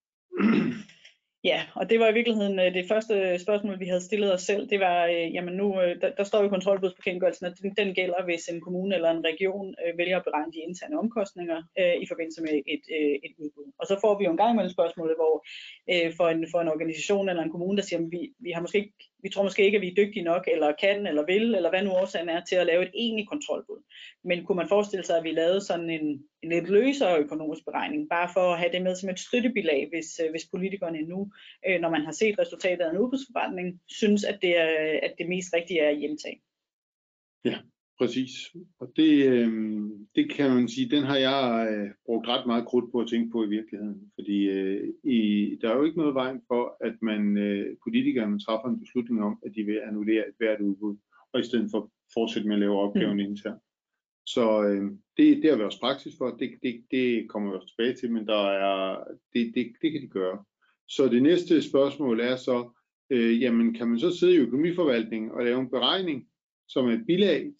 Ja, og det var i virkeligheden det første spørgsmål, vi havde stillet os selv. Det var, jamen nu, der står jo i kontrolbudsbekendtgørelsen, at den gælder, hvis en kommune eller en region vælger at beregne de interne omkostninger i forbindelse med et udbud. Og så får vi jo en gang imellem spørgsmålet, hvor for en organisation eller en kommune, der siger, at vi tror måske ikke, at vi er dygtige nok, eller kan, eller vil, eller hvad nu årsagen er til at lave et egentligt kontrolbud. Men kunne man forestille sig, at vi lavede sådan en lidt løsere økonomisk beregning, bare for at have det med som et støttebilag, hvis politikerne nu, når man har set resultatet af en udbudsforretning, synes, at det mest rigtige er at hjemtage. Ja, præcis. Og det kan man sige, den har jeg brugt ret meget krudt på at tænke på i virkeligheden. Fordi der er jo ikke noget vejen for, at politikerne træffer en beslutning om, at de vil annullere et hvert udbud, og i stedet for fortsætte med at lave opgaven internt. Så det har vi også praksis for, det kommer vi også tilbage til, men det kan de gøre. Så det næste spørgsmål er så, jamen kan man så sidde i økonomiforvaltningen og lave en beregning, som er et bilag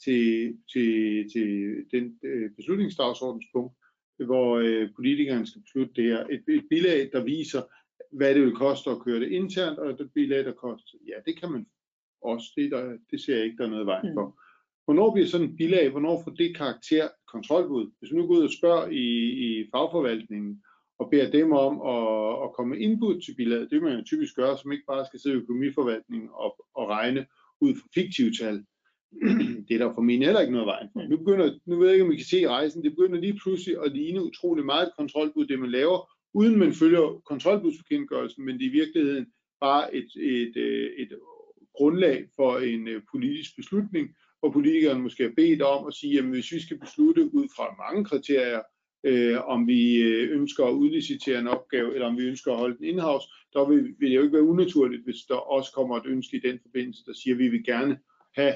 til den beslutningsdagsordenspunkt, hvor politikerne skal beslutte det her. Et bilag, der viser, hvad det vil koste at køre det internt, og et bilag, der koster. Ja, det kan man også. Det ser jeg ikke, der er noget vej for. Hvornår bliver sådan et bilag, hvornår får det karakter kontrolbud? Hvis vi nu går ud og spørger i fagforvaltningen, og beder dem om at komme med input til bilaget, det vil man jo typisk gøre, som ikke bare skal sidde i økonomiforvaltningen og regne ud fra fiktive tal. Det er der formentlig heller ikke noget vejen for. Nu ved jeg ikke, om I kan se i rejsen, det begynder lige pludselig at ligne utrolig meget et kontrolbud, det man laver, uden man følger kontrolbudsbekendtgørelsen, men det er i virkeligheden bare et grundlag for en politisk beslutning, hvor politikerne måske er bedt om at sige, at hvis vi skal beslutte ud fra mange kriterier, om vi ønsker at udlicitere en opgave, eller om vi ønsker at holde den in-house, der vil det jo ikke være unaturligt, hvis der også kommer et ønske i den forbindelse, der siger, at vi vil gerne have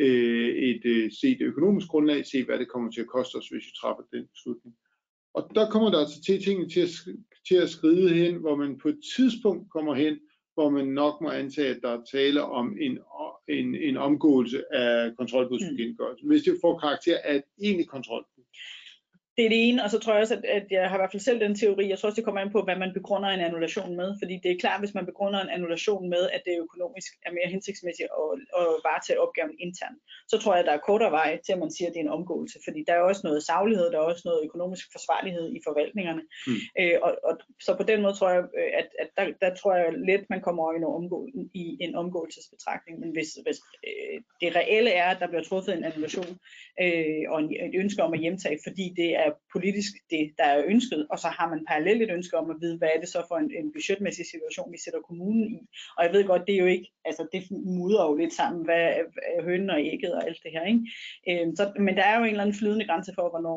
set økonomisk grundlag, se hvad det kommer til at koste os, hvis vi træffer den beslutning. Og der kommer der altså tingene til at skride hen, hvor man på et tidspunkt kommer hen, hvor man nok må antage, at der er tale om en omgåelse af kontrolbudsbekendtgørelsen, hvis det får karakter af et egentligt kontrolbud. Det er det ene, og så tror jeg også, at jeg har i hvert fald selv den teori, jeg tror også, det kommer an på, hvad man begrunder en annulation med, fordi det er klart, hvis man begrunder en annulation med, at det økonomisk er mere hensigtsmæssigt at varetage opgaven internt, så tror jeg, der er kortere vej til, at man siger, at det er en omgåelse, fordi der er også noget saglighed, der er også noget økonomisk forsvarlighed i forvaltningerne, og så på den måde tror jeg, at der tror jeg let, man kommer over i en omgåelsesbetragtning, men hvis det reelle er, at der bliver truffet en annulation og et ønske om at hjemtage, fordi det er politisk det, der er ønsket, og så har man parallelt et ønske om at vide, hvad er det så for en budgetmæssig situation, vi sætter kommunen i. Og jeg ved godt, det er jo ikke, altså det mudrer jo lidt sammen, hvad er hønen og ægget og alt det her, ikke? Men der er jo en eller anden flydende grænse for, hvornår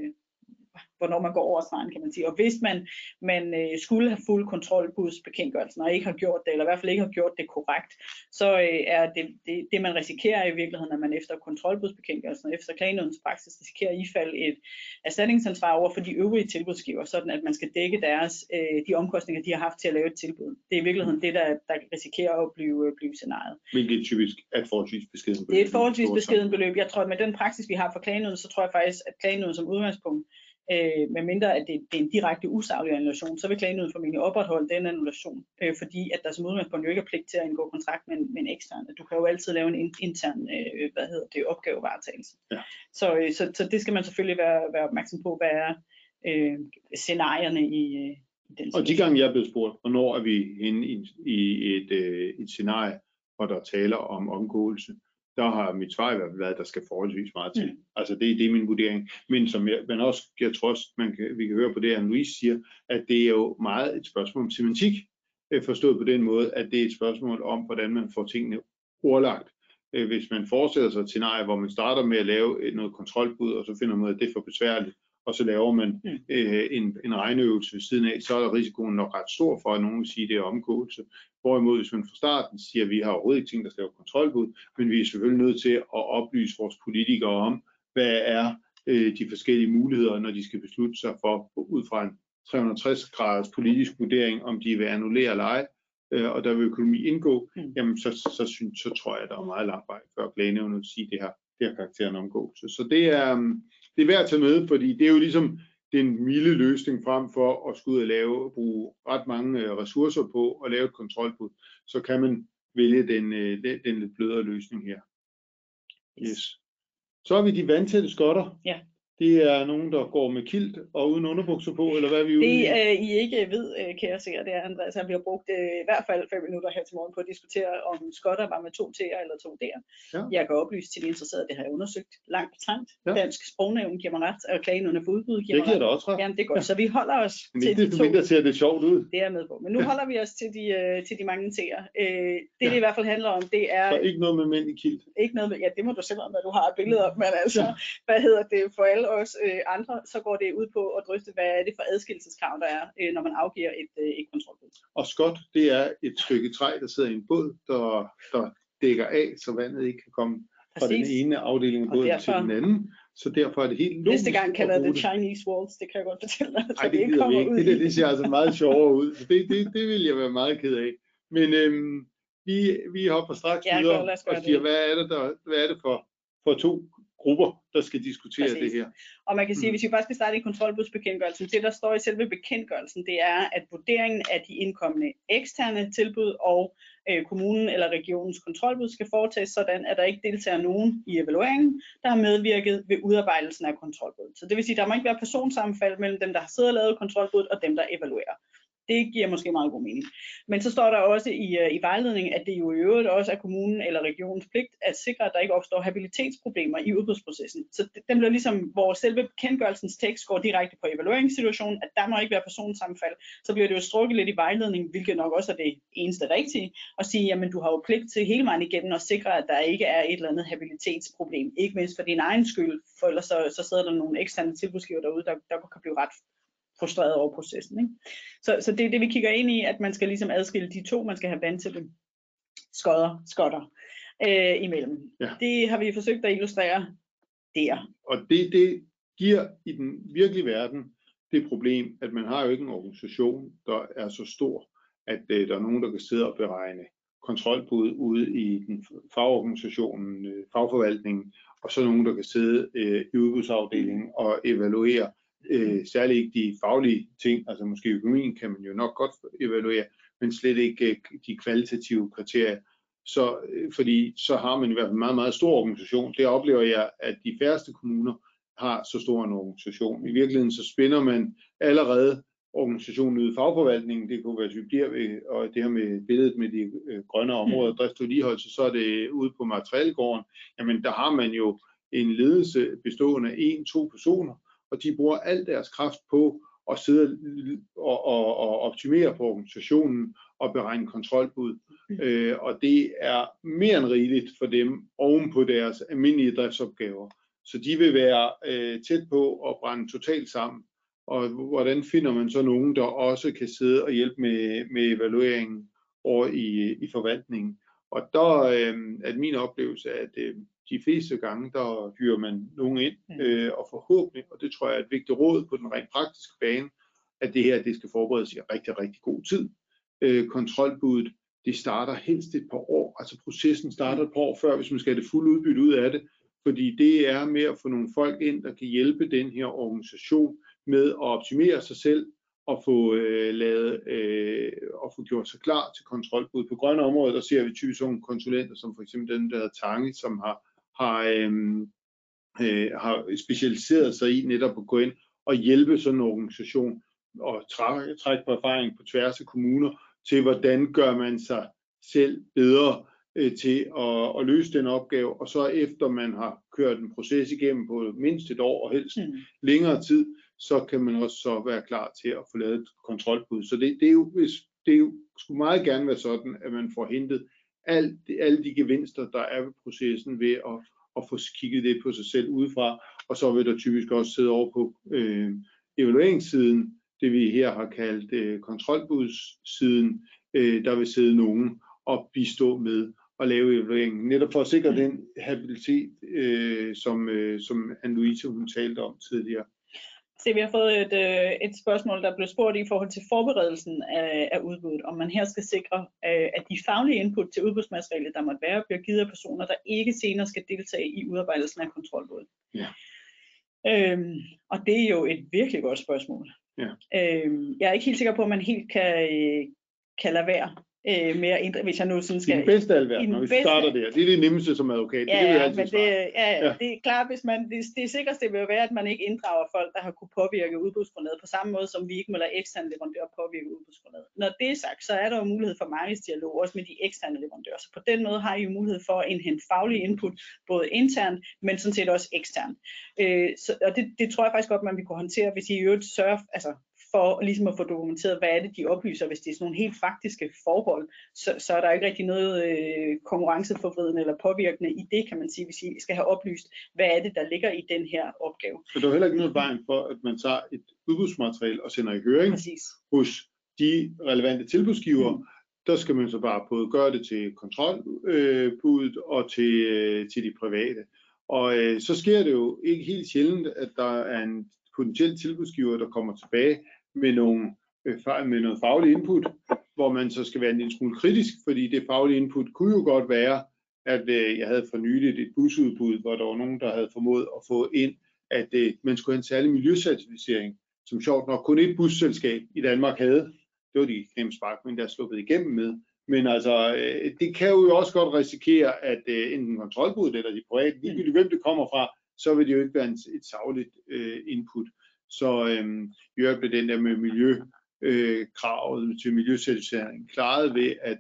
man går over stregen, kan man sige. Og hvis man skulle have fuld kontrolbudsbekendtgørelsen og ikke har gjort det, eller i hvert fald ikke har gjort det korrekt, så er det man risikerer i virkeligheden, at man efter kontrolbudsbekendtgørelsen og efter klagenævnets praksis risikerer at ifalde et erstatningsansvar over for de øvrige tilbudsgiver, sådan at man skal dække de omkostninger, de har haft til at lave et tilbud. Det er i virkeligheden det, der risikerer at blive scenariet. Hvilket typisk er et forholdsvis beskedent beløb. Det er et forholdsvis beskedent beløb. Jeg tror, at med den praksis, vi har for klagenævnet, så tror jeg faktisk, at klagenævnet som udgangspunkt, medmindre at det er en direkte usaglig annulation, så vil klagenævnet formentlig opretholde den annulation, fordi at der som udgangspunkt jo ikke er pligt til at indgå kontrakt med en ekstern. Du kan jo altid lave en intern opgavevaretagelse. Ja. Så det skal man selvfølgelig være opmærksom på, hvad er scenarierne i den situation. Og de gange jeg er blevet spurgt, hvornår er vi inde i et scenarie, hvor der taler om omgåelse, der har mit svar i hvert fald været, at der skal forholdsvis meget til. Altså det er min vurdering. Men som jeg tror også, vi kan høre på det, Anne-Louise siger, at det er jo meget et spørgsmål om semantik, forstået på den måde, at det er et spørgsmål om, hvordan man får tingene ordlagt. Hvis man forestiller sig et scenarie, hvor man starter med at lave noget kontrolbud, og så finder man ud af, at det er for besværligt, og så laver man en regneøvelse ved siden af, så er risikoen nok ret stor for, at nogen vil sige, at det er omgåelse. Hvorimod, hvis man fra starten siger, at vi har overhovedet ikke ting, der skal lave kontrolbud, men vi er selvfølgelig nødt til at oplyse vores politikere om, hvad er de forskellige muligheder, når de skal beslutte sig for, ud fra en 360-graders politisk vurdering, om de vil annullere eller ej, og der vil økonomi indgå, jamen så tror jeg, at der er meget lang vej før klagenævnet vil sige, at det har karakteren omgåelse. Så det er værd at tage med, fordi det er jo ligesom den milde løsning frem for at skulle ud og bruge ret mange ressourcer på at lave et kontrolbud, så kan man vælge den lidt blødere løsning her. Yes. Så har vi de vandtætte skotter. Ja. Det er nogen, der går med kilt og uden underbukser på, eller hvad er vi ude i? Det I ikke ved, kære seere, det er, Andreas, at vi har brugt i hvert fald 5 minutter her til morgen på at diskutere, om skotter var med 2 T'er eller 2 D'er. Ja. Jeg kan oplyse til de interesserede, det har jeg undersøgt langt og trangt. Ja. Dansk Sprognævn giver mig ret, og klagenævnet for udbud giver mig ret. Det giver dig også ret. Jamen, det er godt, ja. Så vi holder os til de 2. Men det ser det sjovt ud. Det er med på. Men nu holder vi os til de mange T'er. Det i hvert fald handler om, det er... Så ikke noget med mænd i kilt? Ikke noget med, ja, det må du selv om, hvad du har et billede op, men altså, hvad hedder det for alle os andre, så går det ud på at drøfte, hvad er det for adskillelseskrav, der er, når man afgiver et kontrolbud. Og skot, det er et stykke træ, der sidder i en båd, der dækker af, så vandet ikke kan komme fra den ene afdeling af båden til den anden. Så derfor er det helt logisk. Næste gang kalder det Chinese walls, det kan jeg godt fortælle dig. Nej, det gider vi ikke. Det ser altså meget sjovere ud. Det vil jeg være meget ked af. Men vi hopper straks videre og siger, hvad er det for 2 grupper, der skal diskutere det her. Og man kan sige, hvis vi bare skal starte i kontrolbudsbekendtgørelsen, det der står i selve bekendtgørelsen, det er, at vurderingen af de indkommende eksterne tilbud og kommunen eller regionens kontrolbud skal foretages sådan, at der ikke deltager nogen i evalueringen, der har medvirket ved udarbejdelsen af kontrolbuddet. Så det vil sige, at der må ikke være personsammenfald mellem dem, der har siddet og lavet kontrolbuddet, og dem, der evaluerer. Det giver måske meget god mening. Men så står der også i vejledningen, at det jo i øvrigt også er kommunen eller regionens pligt at sikre, at der ikke opstår habilitetsproblemer i udbudsprocessen. Så den bliver ligesom, hvor selve bekendtgørelsens tekst går direkte på evalueringssituationen, at der må ikke være personsammenfald, så bliver det jo strukket lidt i vejledningen, hvilket nok også er det eneste rigtige, og sige, jamen du har jo pligt til hele vejen igennem at sikre, at der ikke er et eller andet habilitetsproblem. Ikke mindst for din egen skyld, for ellers så sidder der nogle eksterne tilbudsgiver derude, der kan blive ret frustreret over processen. Ikke? Så det er det, vi kigger ind i, at man skal ligesom adskille de 2, man skal have vandtætte skotter imellem. Ja. Det har vi forsøgt at illustrere der. Og det giver i den virkelige verden det problem, at man har jo ikke en organisation, der er så stor, at der er nogen, der kan sidde og beregne kontrolbud ude i den fagorganisationen, fagforvaltningen, og så nogen, der kan sidde i udbudsafdelingen og evaluere særligt ikke de faglige ting, altså måske økonomien kan man jo nok godt evaluere, men slet ikke de kvalitative kriterier. Så, fordi så har man i hvert fald en meget, meget stor organisation. Det oplever jeg, at de færreste kommuner har så stor en organisation. I virkeligheden så spænder man allerede organisationen ude i fagforvaltningen. Det kunne være, at vi bliver og det her med billedet med de grønne områder, drift og vedligeholdelse, så er det ude på materielgården. Jamen der har man jo en ledelse bestående af 1-2 personer, og de bruger al deres kraft på at sidde og optimere på organisationen og beregne kontrolbud. Og det er mere end rigeligt for dem oven på deres almindelige driftsopgaver. Så de vil være tæt på at brænde totalt sammen. Og hvordan finder man så nogen, der også kan sidde og hjælpe med evalueringen over i forvaltningen? Og der er min oplevelse, at de fleste gange, der hyrer man nogen ind, og forhåbentlig, og det tror jeg er et vigtigt råd på den rent praktiske bane, at det her det skal forberedes i rigtig, rigtig god tid. Kontrolbuddet, det starter helst et par år, altså processen starter et par år før, hvis man skal have det fulde udbytte ud af det, fordi det er med at få nogle folk ind, der kan hjælpe den her organisation med at optimere sig selv og få og få gjort sig klar til kontrolbud. På grønne områder, der ser vi typisk nogle konsulenter, som for eksempel den der hedder Tange, som har specialiseret sig i netop at gå ind og hjælpe sådan en organisation og trække på erfaring på tværs af kommuner til, hvordan gør man sig selv bedre til at løse den opgave, og så efter man har kørt en proces igennem på mindst et år og helst længere tid, så kan man også så være klar til at få lavet et kontrolbud. Så det skulle meget gerne være sådan, at man får hentet alle de gevinster, der er ved processen ved at få kigget det på sig selv udefra, og så vil der typisk også sidde over på evalueringssiden, det vi her har kaldt kontrolbudssiden, der vil sidde nogen og bistå med at lave evalueringen, netop for at sikre den habilitet, som Anne-Louise hun talte om tidligere. Så vi har fået et spørgsmål, der blev spurgt i forhold til forberedelsen af udbuddet, om man her skal sikre, at de faglige input til udbudsmaterialet, der måtte være, bliver givet af personer, der ikke senere skal deltage i udarbejdelsen af kontrolbuddet. Ja. Og det er jo et virkelig godt spørgsmål. Ja. Jeg er ikke helt sikker på, at man helt kan lade være med at ændre, hvis jeg nu sådan skal... I den bedste af alle verden, når vi starter der. Det er det nemmeste som advokat. Ja, det vil jeg altid det er klart, hvis man... Det sikreste vil jo være, at man ikke inddrager folk, der har kunne påvirke udbudsgrundlaget på samme måde, som vi ikke må lade eksterne leverandører påvirke udbudsgrundlaget. Når det er sagt, så er der jo mulighed for markedsdialog også med de eksterne leverandører. Så på den måde har I jo mulighed for at indhente faglig input, både internt, men sådan set også eksternt. Og det tror jeg faktisk godt, man vil kunne håndtere, hvis I øvrigt sørger... for ligesom at få dokumenteret, hvad er det, de oplyser. Hvis det er sådan nogle helt faktiske forhold, så er der ikke rigtig noget konkurrenceforvridende eller påvirkende i det, kan man sige, hvis I skal have oplyst, hvad er det, der ligger i den her opgave. Så der er heller ikke noget vejen for, at man tager et udbudsmateriale og sender i høring hos de relevante tilbudsgivere. Der skal man så bare både gøre det til kontrolbuddet og til de private. Og så sker det jo ikke helt sjældent, at der er en potentiel tilbudsgiver, der kommer tilbage med noget faglig input, hvor man så skal være en lille smule kritisk, fordi det faglige input kunne jo godt være, at jeg havde for nyligt et busudbud, hvor der var nogen, der havde formået at få ind, at man skulle have en særlig miljøcertificering, som sjovt nok kun et busselskab i Danmark havde. Det var de Knemmspark, der er sluppet igennem med. Men altså, det kan jo også godt risikere, at enten kontrolbuddet eller de private, ligegyldigt hvem det kommer fra, så vil det jo ikke være et sagligt input. Så i øvrigt blev den der med miljøkravet til miljøcertificering klaret ved, at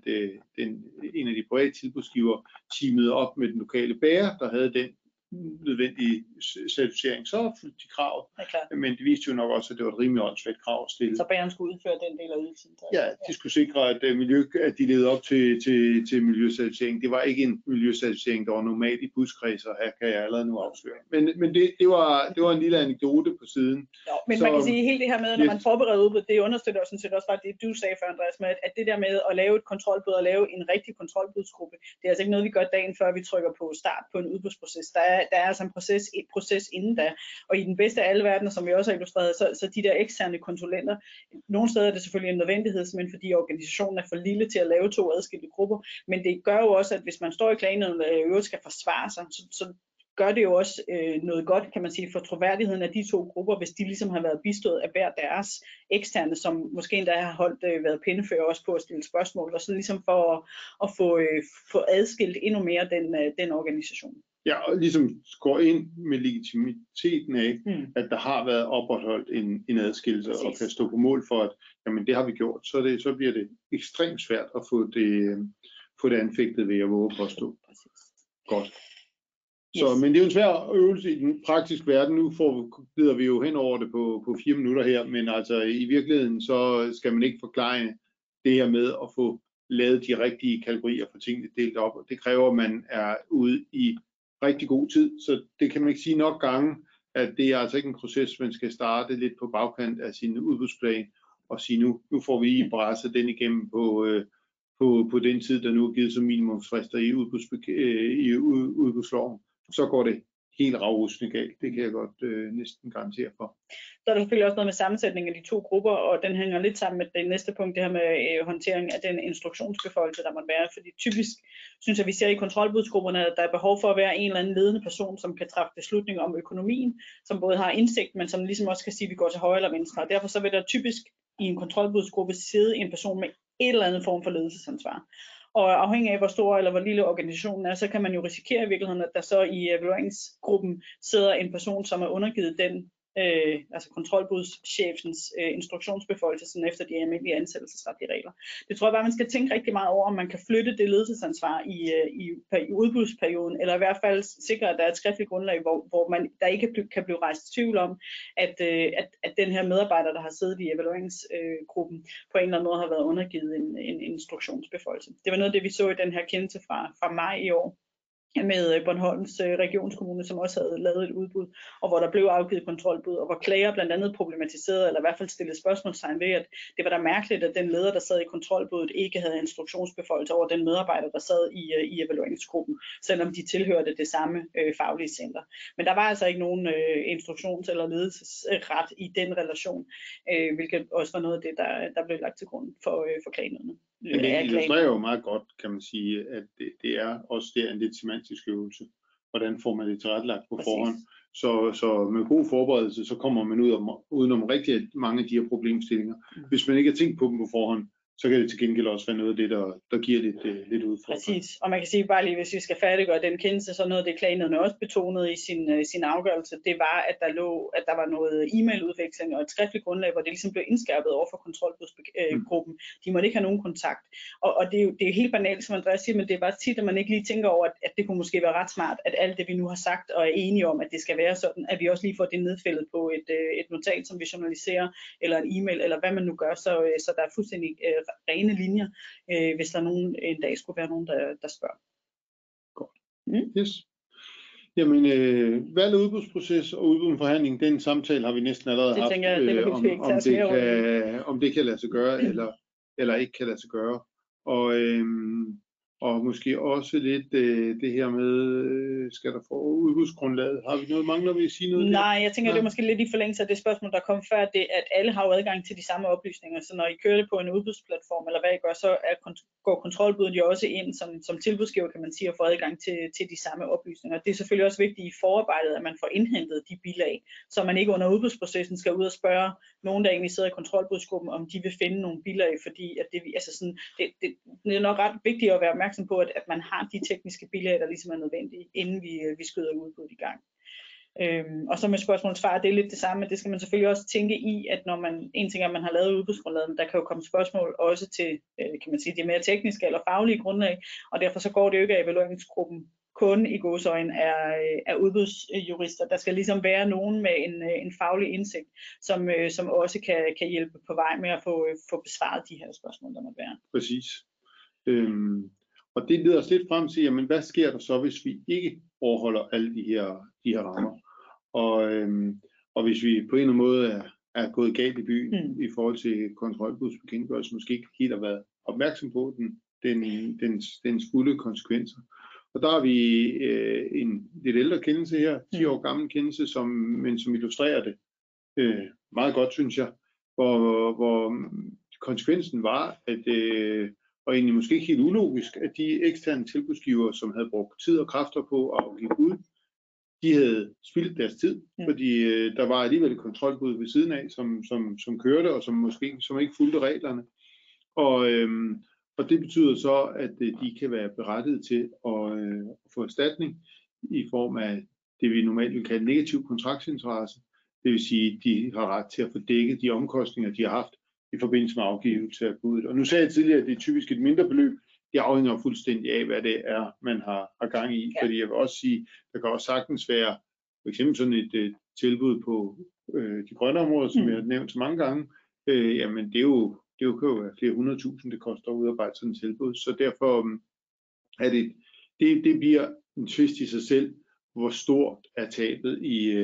en af de private tilbudsgiver teamede op med den lokale bager, der havde den nødvendige certificering, så opfyldte de kravet. Men det viste jo nok også, at det var et rimelig åndssvagt krav at stille. Så bageren skulle udføre den del af ydelsen? Ja, de skulle sikre, at de levede op til miljøcertificering. Det var ikke en miljøcertificering, der var normalt i buskredser, her kan jeg allerede nu afsløre. Men det var en lille anekdote på siden. Jo, men man kan sige, helt det her med, når man forbereder udbud, det understøtter sådan set også bare det, du sagde før, Andreas, med, at det der med at lave et kontrolbud og lave en rigtig kontrolbudsgruppe, det er altså ikke noget, vi gør dagen før, vi trykker på start på en udbudsproces. Der er altså en proces inden da, og i den bedste af alle verdener, som vi også har illustreret, så de der eksterne konsulenter, nogle steder er det selvfølgelig en nødvendighed, simpelthen fordi organisationen er for lille til at lave to adskilte grupper, men det gør jo også, at hvis man står i klagenævnet og øvrigt skal forsvare sig, så gør det jo også noget godt, kan man sige, for troværdigheden af de to grupper, hvis de ligesom har været bistået af hver deres eksterne, som måske endda har været pindefører også på at stille spørgsmål, og så ligesom for at få adskilt endnu mere den organisation. Ja, og ligesom går ind med legitimiteten af, at der har været opretholdt en adskillelse, og kan stå på mål for, at jamen, det har vi gjort, så bliver det ekstremt svært at få det anfægtet ved at våge påstå. Godt. Så, men det er jo en svær øvelse i den praktiske verden. Nu glider vi jo hen over det på 4 minutter her, men altså i virkeligheden så skal man ikke forklare det her med at få lavet de rigtige kategorier for tingene delt op. Det kræver, at man er ude i rigtig god tid, så det kan man ikke sige nok gange, at det er altså ikke en proces, man skal starte lidt på bagkant af sin udbudsplan og sige, nu får vi i brasset den igennem på den tid, der nu er givet som minimumsfrister i udbudsloven. Så går det helt ravruskende galt. Det kan jeg godt næsten garantere for. Så er der selvfølgelig også noget med sammensætningen af de to grupper, og den hænger lidt sammen med det næste punkt, det her med håndtering af den instruktionsbeføjelse, der må være. Fordi typisk synes jeg, vi ser i kontrolbudsgrupperne, at der er behov for at være en eller anden ledende person, som kan træffe beslutninger om økonomien, som både har indsigt, men som ligesom også kan sige, at vi går til højre eller venstre. Og derfor så vil der typisk i en kontrolbudsgruppe sidde en person med et eller andet form for ledelsesansvar. Og afhængig af hvor stor eller hvor lille organisationen er, så kan man jo risikere i virkeligheden, at der så i evalueringsgruppen sidder en person, som er undergivet den altså kontrolbudschefens instruktionsbeføjelse sådan efter de almindelige ansættelsesretlige regler. Det tror jeg bare, man skal tænke rigtig meget over, om man kan flytte det ledelsesansvar i udbudsperioden, eller i hvert fald sikre, at der er et skriftligt grundlag, hvor der ikke kan blive rejst tvivl om, at den her medarbejder, der har siddet i evalueringsgruppen, på en eller anden måde har været undergivet en instruktionsbeføjelse. Det var noget af det, vi så i den her kendelse fra maj i år, med Bornholms regionskommune, som også havde lavet et udbud, og hvor der blev afgivet kontrolbud, og hvor klager blandt andet problematiserede, eller i hvert fald stillede spørgsmålstegn ved, at det var da mærkeligt, at den leder, der sad i kontrolbuddet, ikke havde instruktionsbeføjelse over den medarbejder, der sad i evalueringsgruppen, selvom de tilhørte det samme faglige center. Men der var altså ikke nogen instruktions- eller ledelsesret i den relation, hvilket også var noget af det, der blev lagt til grund for klagenødene. Men det illustrerer jo meget godt, kan man sige, at det er også der en lidt semantisk øvelse. Hvordan får man det tilrettelagt på forhånd? Så med god forberedelse, så kommer man udenom rigtig mange af de her problemstillinger. Hvis man ikke har tænkt på dem på forhånd, så kan det til gengæld også være noget af det, der giver lidt udfordring. Præcis, og man kan sige bare lige, hvis vi skal færdiggøre den kendelse, så noget af det klagenødene også betonede i sin afgørelse, det var, at der var noget e-mailudveksling og et skriftligt grundlag, hvor det ligesom blev indskærpet over for kontrolbudsgruppen. De måtte ikke have nogen kontakt. Og det er jo helt banalt, som Andreas siger, men det er bare tit, at man ikke lige tænker over, at det kunne måske være ret smart, at alt det, vi nu har sagt og er enige om, at det skal være sådan, at vi også lige får det nedfældet på et notat, som vi journaliserer, eller en e-mail, eller hvad man nu gør, så der er fuldstændig rene linjer, hvis der en dag skulle være nogen, der spørger. Godt. Yes. Jamen, valg- og udbudsproces og udbudsforhandling, den samtale har vi næsten allerede haft, om det kan lade sig gøre, eller ikke kan lade sig gøre. Og måske også lidt det her med, skal der få udbudsgrundlaget? Mangler vi at sige noget? Nej, jeg tænker, det er måske lidt i forlængelse af det spørgsmål, der kom før, det at alle har jo adgang til de samme oplysninger. Så når I kører det på en udbudsplatform, eller hvad I gør, så går kontrolbuddet jo også ind som tilbudsgiver, kan man sige, og får adgang til de samme oplysninger. Det er selvfølgelig også vigtigt i forarbejdet, at man får indhentet de bilag, så man ikke under udbudsprocessen skal ud og spørge nogen, der egentlig sidder i kontrolbudsgruppen, om de vil finde nogle bilag, fordi at det er nok ret vigtigt at være opmærksom på, at man har de tekniske bilag, der ligesom er nødvendige, inden vi skyder udbuddet i gang. Og så med spørgsmålsvar, det er lidt det samme, det skal man selvfølgelig også tænke i, at når en ting er, at man har lavet udbudsgrundlaget, men der kan jo komme spørgsmål også til, kan man sige, det mere tekniske eller faglige grundlag, og derfor så går det jo ikke, at evalueringsgruppen kun i gåseøjne er udbudsjurister. Der skal ligesom være nogen med en faglig indsigt, som også kan hjælpe på vej med at få besvaret de her spørgsmål, der må være. Præcis. Og det leder os lidt frem til, jamen, hvad sker der så, hvis vi ikke overholder alle de her rammer? Og hvis vi på en eller anden måde er gået galt i byen i forhold til kontrolbudsbekendtgørelsen, måske ikke helt har været opmærksom på dens fulde konsekvenser. Og der har vi en lidt ældre kendelse her, 10 år gammel kendelse, som illustrerer det meget godt, synes jeg, hvor konsekvensen var, at og egentlig måske ikke helt ulogisk, at de eksterne tilbudsgivere, som havde brugt tid og kræfter på at afgive bud, de havde spildt deres tid, fordi der var alligevel et kontrolbud ved siden af, som kørte, og som ikke fulgte reglerne. Og det betyder så, at de kan være berettiget til at få erstatning i form af det, vi normalt vil kalde negativ kontraktsinteresse. Det vil sige, at de har ret til at få dækket de omkostninger, de har haft i forbindelse med afgivelse af budet. Og nu sagde jeg tidligere, at det er typisk et mindre beløb, det afhænger fuldstændig af, hvad det er, man har gang i. Fordi jeg vil også sige, der kan også sagtens være for eksempel sådan et tilbud på de grønne områder, som jeg har nævnt så mange gange. Jamen det kan jo være flere 100.000, det koster at udarbejde sådan et tilbud. Så derfor er det bliver en tvist i sig selv, hvor stort er tabet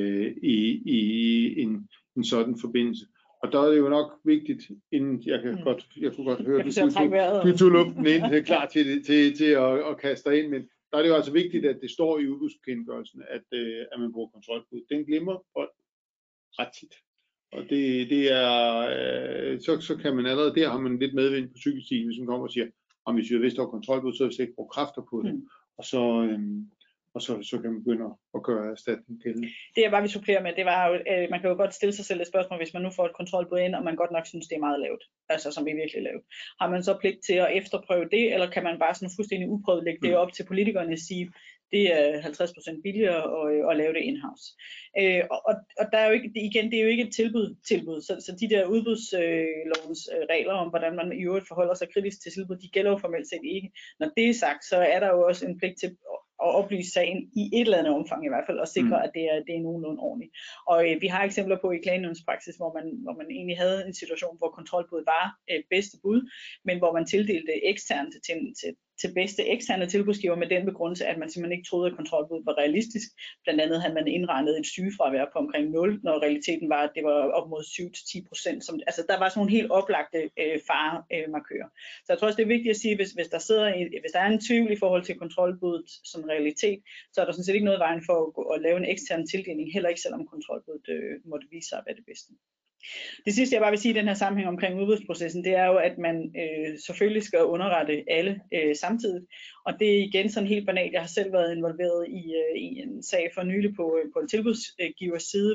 i en sådan forbindelse. Og der er det jo nok vigtigt, inden jeg kunne godt høre, du tog luften ind, klar til at kaste dig ind, men der er det jo altså vigtigt, at det står i udbudsbekendtgørelsen, at man bruger kontrolbud. Den glemmer folk ret tit. Og det er, så kan man allerede, der har man lidt medvind på cykelstien, hvis man kommer og siger, om hvis vi vidste, der var kontrolbud, så har vi ikke brugt kræfter på det. Og så kan man begynde at gøre erstatning gældende. Det jeg bare vil supplere med, det var jo, man kan jo godt stille sig selv et spørgsmål, hvis man nu får et kontrolbud ind, og man godt nok synes, det er meget lavt, altså som er virkelig lavt. Har man så pligt til at efterprøve det, eller kan man bare sådan fuldstændig uprøvet lægge det op til politikerne og sige, det er 50% billigere at lave det in-house. Og der er jo ikke, igen, det er jo ikke et tilbud. Så de der udbudslovens regler om, hvordan man i øvrigt forholder sig kritisk til tilbud, de gælder jo formelt set ikke. Når det er sagt, så er der jo også en pligt til at oplyse sagen i et eller andet omfang i hvert fald, og sikre, at det er nogenlunde ordentligt. Og vi har eksempler på i klagenævnspraksis, hvor man egentlig havde en situation, hvor kontrolbuddet var bedste bud, men hvor man tildelte eksternt til bedste eksterne tilbudsgiver med den begrundelse, at man simpelthen ikke troede, at kontrolbuddet var realistisk. Blandt andet havde man indregnet et sygefravær på omkring 0, når realiteten var, at det var op mod 7-10%. Altså der var sådan nogle helt oplagte faremarkører. Så jeg tror også, det er vigtigt at sige, hvis der er en tvivl i forhold til kontrolbuddet som realitet, så er der sådan set ikke noget vejen for at lave en ekstern tildeling, heller ikke selvom kontrolbuddet måtte vise sig at være det bedste. Det sidste jeg bare vil sige i den her sammenhæng omkring udbudsprocessen, det er jo, at man selvfølgelig skal underrette alle samtidig. Og det er igen sådan helt banalt. Jeg har selv været involveret i en sag for nylig på en tilbudsgivers side,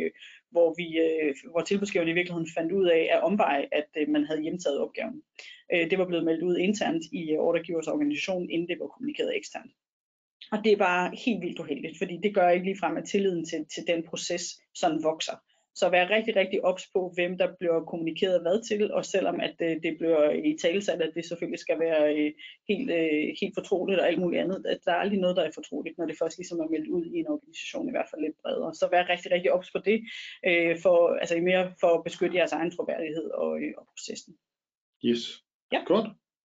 hvor tilbudsgiveren i virkeligheden fandt ud af omveje, at man havde hjemtaget opgaven. Det var blevet meldt ud internt i ordregivers organisation, inden det var kommunikeret eksternt. Og det er bare helt vildt uheldigt, fordi det gør ikke ligefrem, at tilliden til den proces sådan vokser. Så vær rigtig, rigtig ops på, hvem der bliver kommunikeret hvad til, og selvom at det bliver i talesat, at det selvfølgelig skal være helt fortroligt og alt muligt andet. At der er aldrig noget, der er fortroligt, når det først ligesom er meldt ud i en organisation, i hvert fald lidt bredere. Så vær rigtig, rigtig ops på det, for at beskytte jeres egen troværdighed og processen. Yes, ja. Godt.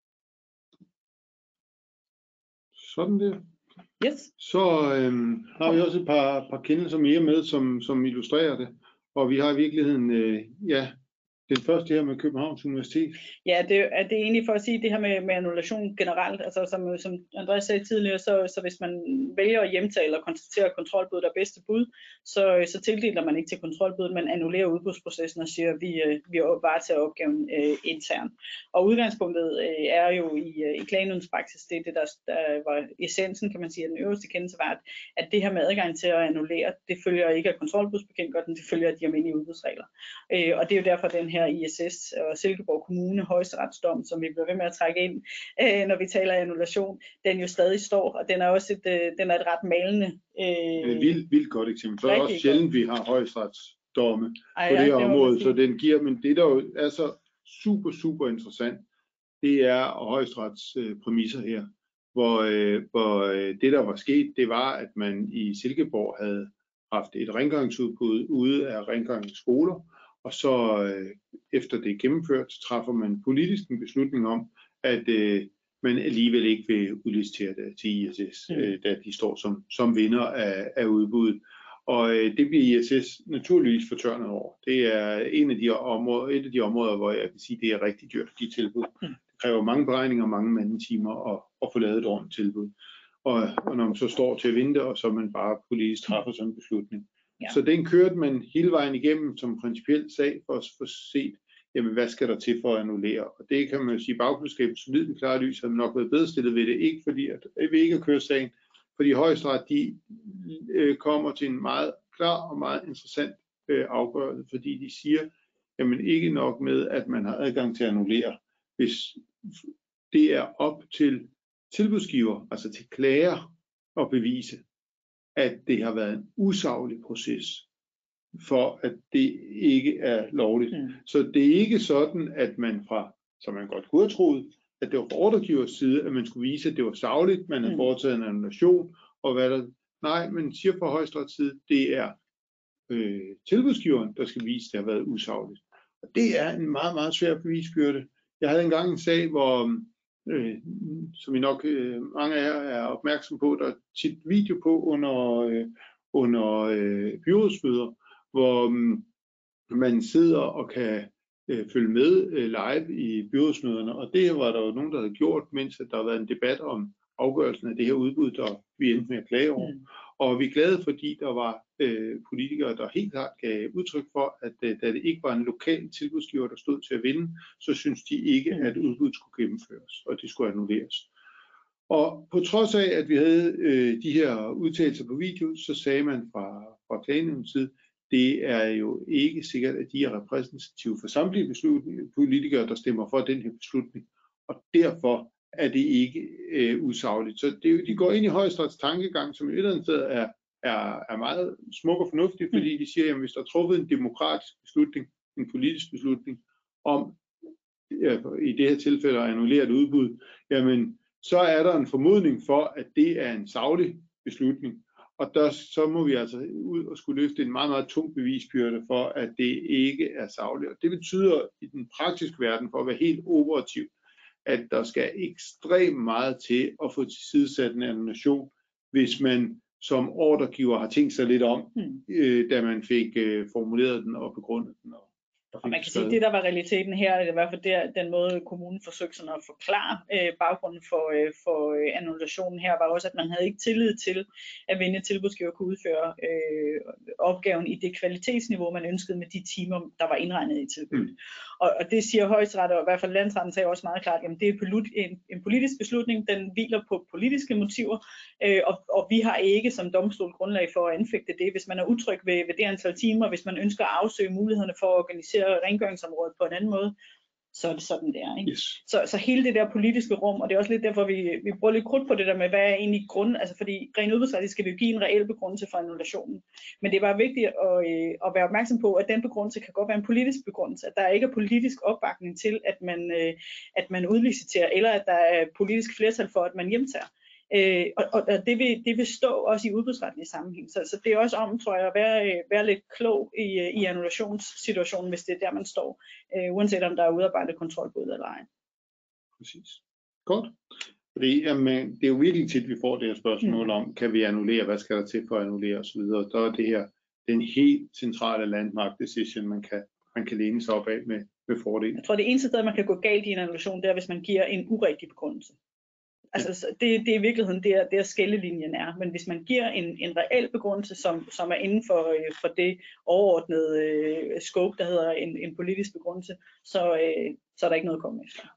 Sådan det. Yes. Så har vi også et par kendelser mere med, som illustrerer det. Og vi har i virkeligheden, den første her med Københavns Universitet. Ja, det er egentlig for at sige det her med annulation generelt. Altså som Andreas sagde tidligere, så hvis man vælger at hjemtage eller konstatere kontrolbuddet er bedste bud, så tildeler man ikke til kontrolbuddet, man annullerer udbudsprocessen og siger, at vi varetager opgaven internt. Og udgangspunktet er jo i klagenævnspraksis, det der var essensen, kan man sige, at den øverste kendelse var, at det her med adgang til at annullere, det følger ikke af kontrolbudsbekendtgørelsen, det følger af de almindelige udbudsregler. Og det er jo derfor den her ISS og Silkeborg Kommune højesteretsdom, som vi bliver ved med at trække ind, når vi taler annulation, den jo stadig står, og den er også et ret malende. Vildt godt eksempel. Så er det også sjældent, vi har højesteretsdomme på det her område, så den giver, men det der jo er så super interessant, det er højesterets præmisser her, hvor det der var sket, det var, at man i Silkeborg havde haft et rengøringsudbud ude af rengøringsskoler, og så efter det er gennemført, træffer man politisk en beslutning om, at man alligevel ikke vil udlicitere det til ISS, da de står som vinder af udbuddet. Og det bliver ISS naturligvis fortørnet over. Det er et af de områder, hvor jeg vil sige, det er rigtig dyrt at give tilbud. Det kræver mange beregninger og mange mandetimer at få lavet et ordentligt tilbud. Og når man så står til at vinde det, og så man bare politisk træffer sådan en beslutning. Ja. Så den kørte man hele vejen igennem som principiel sag for at få set, jamen hvad skal der til for at annullere? Og det kan man jo sige, bagklodskabet solid klare lys har nok været bedre stillet ved det, ikke fordi at vi ikke køre sagen, fordi Højesteret de kommer til en meget klar og meget interessant afgørelse, fordi de siger, jamen ikke nok med, at man har adgang til at annullere, hvis det er op til tilbudsgiver, altså til klager at bevise, at det har været en usaglig proces, for at det ikke er lovligt. Så det er ikke sådan, at man som man godt kunne have troet, at det var fra ordregivers side, at man skulle vise, at det var sagligt, man havde foretaget en annulation, og hvad der... Nej, man siger fra Højesterets side, det er tilbudsgiveren, der skal vise, at det har været usagligt. Og det er en meget, meget svær bevisbyrde. Jeg havde engang en sag, hvor, som I nok mange af jer er opmærksom på, der er tit video på under byrådsmøder, hvor man sidder og kan følge med live i byrådsmøderne, og det var der jo nogen, der havde gjort, mens der har været en debat om afgørelsen af det her udbud, der vi endte med at klage over. Og vi er glade, fordi der var politikere, der helt klart gav udtryk for, at da det ikke var en lokal tilbudsgiver, der stod til at vinde, så synes de ikke, at udbuddet skulle gennemføres, og det skulle annulleres. Og på trods af, at vi havde de her udtalelser på video, så sagde man fra klagenævnets side, det er jo ikke sikkert, at de er repræsentative for samtlige politikere, der stemmer for den her beslutning, og derfor er det ikke usagligt. Så de går ind i Højesterets tankegang, som i et eller andet sted er meget smuk og fornuftig, fordi de siger, at hvis der er truffet en demokratisk beslutning, en politisk beslutning, om i det her tilfælde at annullere et udbud, jamen så er der en formodning for, at det er en saglig beslutning. Og så må vi altså ud og skulle løfte en meget, meget tung bevisbyrde for, at det ikke er sagligt. Og det betyder i den praktiske verden, for at være helt operativ, at der skal ekstremt meget til at få tilsidesat en annulation, hvis man som ordregiver har tænkt sig lidt om, da man fik formuleret den og begrundet den. Og man kan sige, at det, der var realiteten her, er i hvert fald den måde, kommunen forsøgte sådan at forklare baggrunden for annulationen her, var også, at man havde ikke tillid til, at vindende tilbudsgiver kunne udføre opgaven i det kvalitetsniveau, man ønskede med de timer, der var indregnet i tilbuddet. Og det siger Højesteret, og i hvert fald Landsretten sagde også meget klart, at det er en politisk beslutning, den hviler på politiske motiver, og vi har ikke som domstol grundlag for at anfægte det. Hvis man er utryg ved det antal timer, hvis man ønsker at afsøge mulighederne for at organisere rengøringsområdet på en anden måde, så er det sådan, det er. Ikke? Yes. Så hele det der politiske rum, og det er også lidt derfor, vi bruger lidt krudt på det der med, hvad er egentlig grunden, altså fordi rent udbudsretligt skal vi jo give en reel begrundelse for annulationen. Men det er bare vigtigt at være opmærksom på, at den begrundelse kan godt være en politisk begrundelse, at der ikke er politisk opbakning til, at man udliciterer, eller at der er politisk flertal for, at man hjemtager. Og det vil stå også i udbudsretlig sammenhæng. Så det er også om, tror jeg, at være lidt klog i annullationssituationen, hvis det er der, man står, uanset om der er udarbejdet kontrolbud eller ej. Præcis. Godt. Fordi det er jo virkelig tit, vi får det her spørgsmål om, kan vi annullere, hvad skal der til for at annullere osv. Der er det her den helt centrale landmark decision, man kan læne sig op af med fordel. Jeg tror, det eneste sted, man kan gå galt i en annulation, det er, hvis man giver en urigtig begrundelse. Altså, det er i virkeligheden der skillelinjen er. Men hvis man giver en reel begrundelse, som er inden for det overordnede scope, der hedder en politisk begrundelse, så er der ikke noget at komme efter.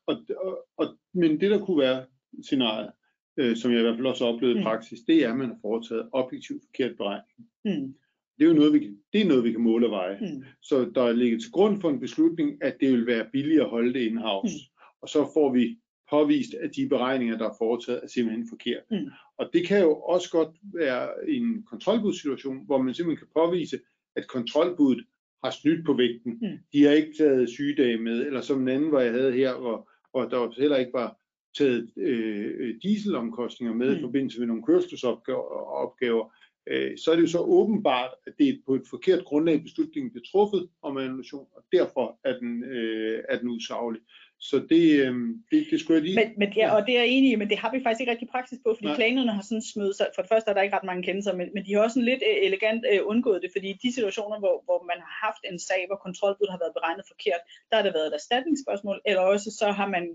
Men det, der kunne være scenariet, som jeg i hvert fald også har oplevet i praksis, det er, at man har foretaget objektivt forkert beregning. Det er jo noget, vi kan måle og veje. Så der er ligget til grund for en beslutning, at det vil være billigere at holde det in-house. Og så får vi påvist, at de beregninger, der er foretaget, er simpelthen forkert. Og det kan jo også godt være en kontrolbudssituation, hvor man simpelthen kan påvise, at kontrolbuddet har snydt på vægten. De har ikke taget sygedage med, eller som en anden, hvor jeg havde her, hvor der heller ikke var taget dieselomkostninger med i forbindelse med nogle kørselsopgaver. Så er det jo så åbenbart, at det er på et forkert grundlag, beslutningen bliver truffet om annulation, og derfor er den usaglig. Så det skulle jeg lige... Og det er jeg enig i, men det har vi faktisk ikke rigtig praksis på, fordi klagenævnet har sådan smidt sig. For det første er der ikke ret mange kendelser, men de har også sådan lidt elegant undgået det, fordi de situationer, hvor man har haft en sag, hvor kontrolbuddet har været beregnet forkert, der har det været et erstatningsspørgsmål, eller også så har man,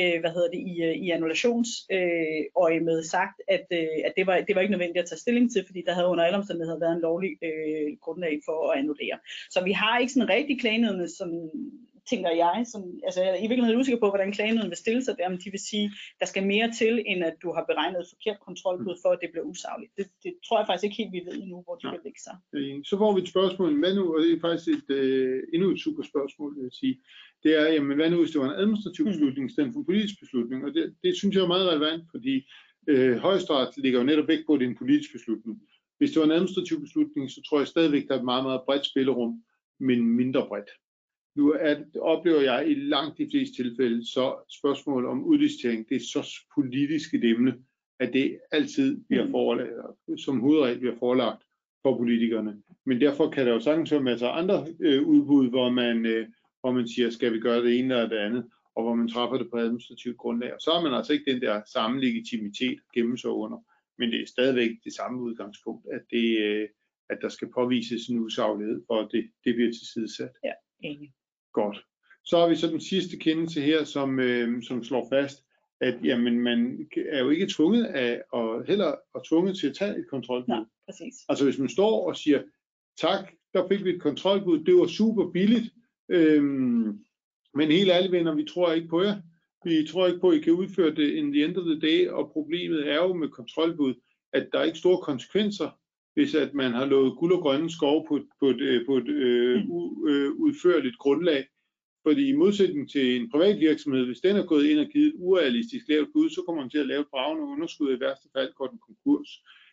i annullationsøje med sagt, at det var ikke nødvendigt at tage stilling til, fordi der havde under alle omstændigheder været en lovlig grundlag for at annullere. Så vi har ikke sådan rigtig klagenævnet, som tænker jeg, jeg er i virkeligheden usikker på, hvordan klagenævnet vil stille sig der, men de vil sige, der skal mere til, end at du har beregnet et forkert kontrolbud for, at det bliver usagligt. Det tror jeg faktisk ikke helt, vi ved endnu, hvor de vil lægge sig. Så får vi et spørgsmål, hvad nu, og det er faktisk endnu et super spørgsmål, vil jeg sige. Det er, jamen, hvad nu, hvis det var en administrativ beslutning, i stedet for en politisk beslutning, og det synes jeg er meget relevant, fordi Højesteret ligger jo netop væk på, at det er en politisk beslutning. Hvis det var en administrativ beslutning, så tror jeg stadigvæk, der er et meget, meget bredt spillerum, men mindre bredt. oplever jeg i langt de fleste tilfælde, så spørgsmål om udlicitering, det er så politisk et emne, at det altid bliver forelagt, som hovedregel bliver forelagt for politikerne. Men derfor kan der jo sagtens være masser af andre udbud, hvor man siger, skal vi gøre det ene eller det andet, og hvor man træffer det på administrativt grundlag. Og så har man altså ikke den der samme legitimitet at gemme sig under. Men det er stadigvæk det samme udgangspunkt, at der skal påvises en usaglighed, for at det bliver tilsidesat. Ja, enig. Godt. Så har vi så den sidste kendelse her, som slår fast, at jamen, man er jo ikke tvunget af, og heller tvunget til at tage et kontrolbud. Nej, præcis. Altså hvis man står og siger, tak, der fik vi et kontrolbud, det var super billigt, men helt ærligt venner, vi tror ikke på jer. Vi tror ikke på, at I kan udføre det in the end of the day, og problemet er jo med kontrolbud, at der er ikke store konsekvenser, hvis at man har lovet guld og grønne skove på et udførligt grundlag. Fordi i modsætning til en privat virksomhed, hvis den er gået ind og givet et urealistisk lavt bud, så kommer man til at lave et bragende underskud, i værste fald går den konkurs.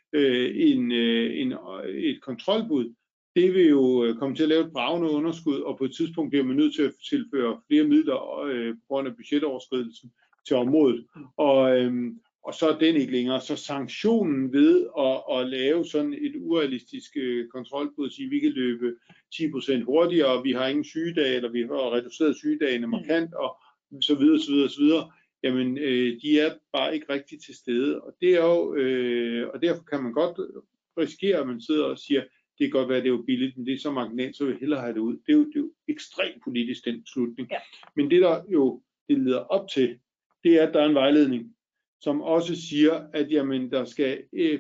Et kontrolbud, det vil jo komme til at lave et bragende underskud, og på et tidspunkt bliver man nødt til at tilføre flere midler på grund af budgetoverskridelsen til området. Og så er den ikke længere. Så sanktionen ved at lave sådan et urealistisk kontrolbud, sige, vi kan løbe 10% hurtigere, og vi har ingen sygedage, eller vi har reduceret sygedagene markant, og så videre, så videre, så videre. Jamen, de er bare ikke rigtig til stede. Og det er jo, og derfor kan man godt risikere, at man sidder og siger, det kan godt være, at det er jo billigt, men det er så marginalt, så vil jeg hellere have det ud. Det er jo ekstremt politisk, den slutning. Ja. Men det, der jo det leder op til, det er, at der er en vejledning, som også siger, at jamen, der skal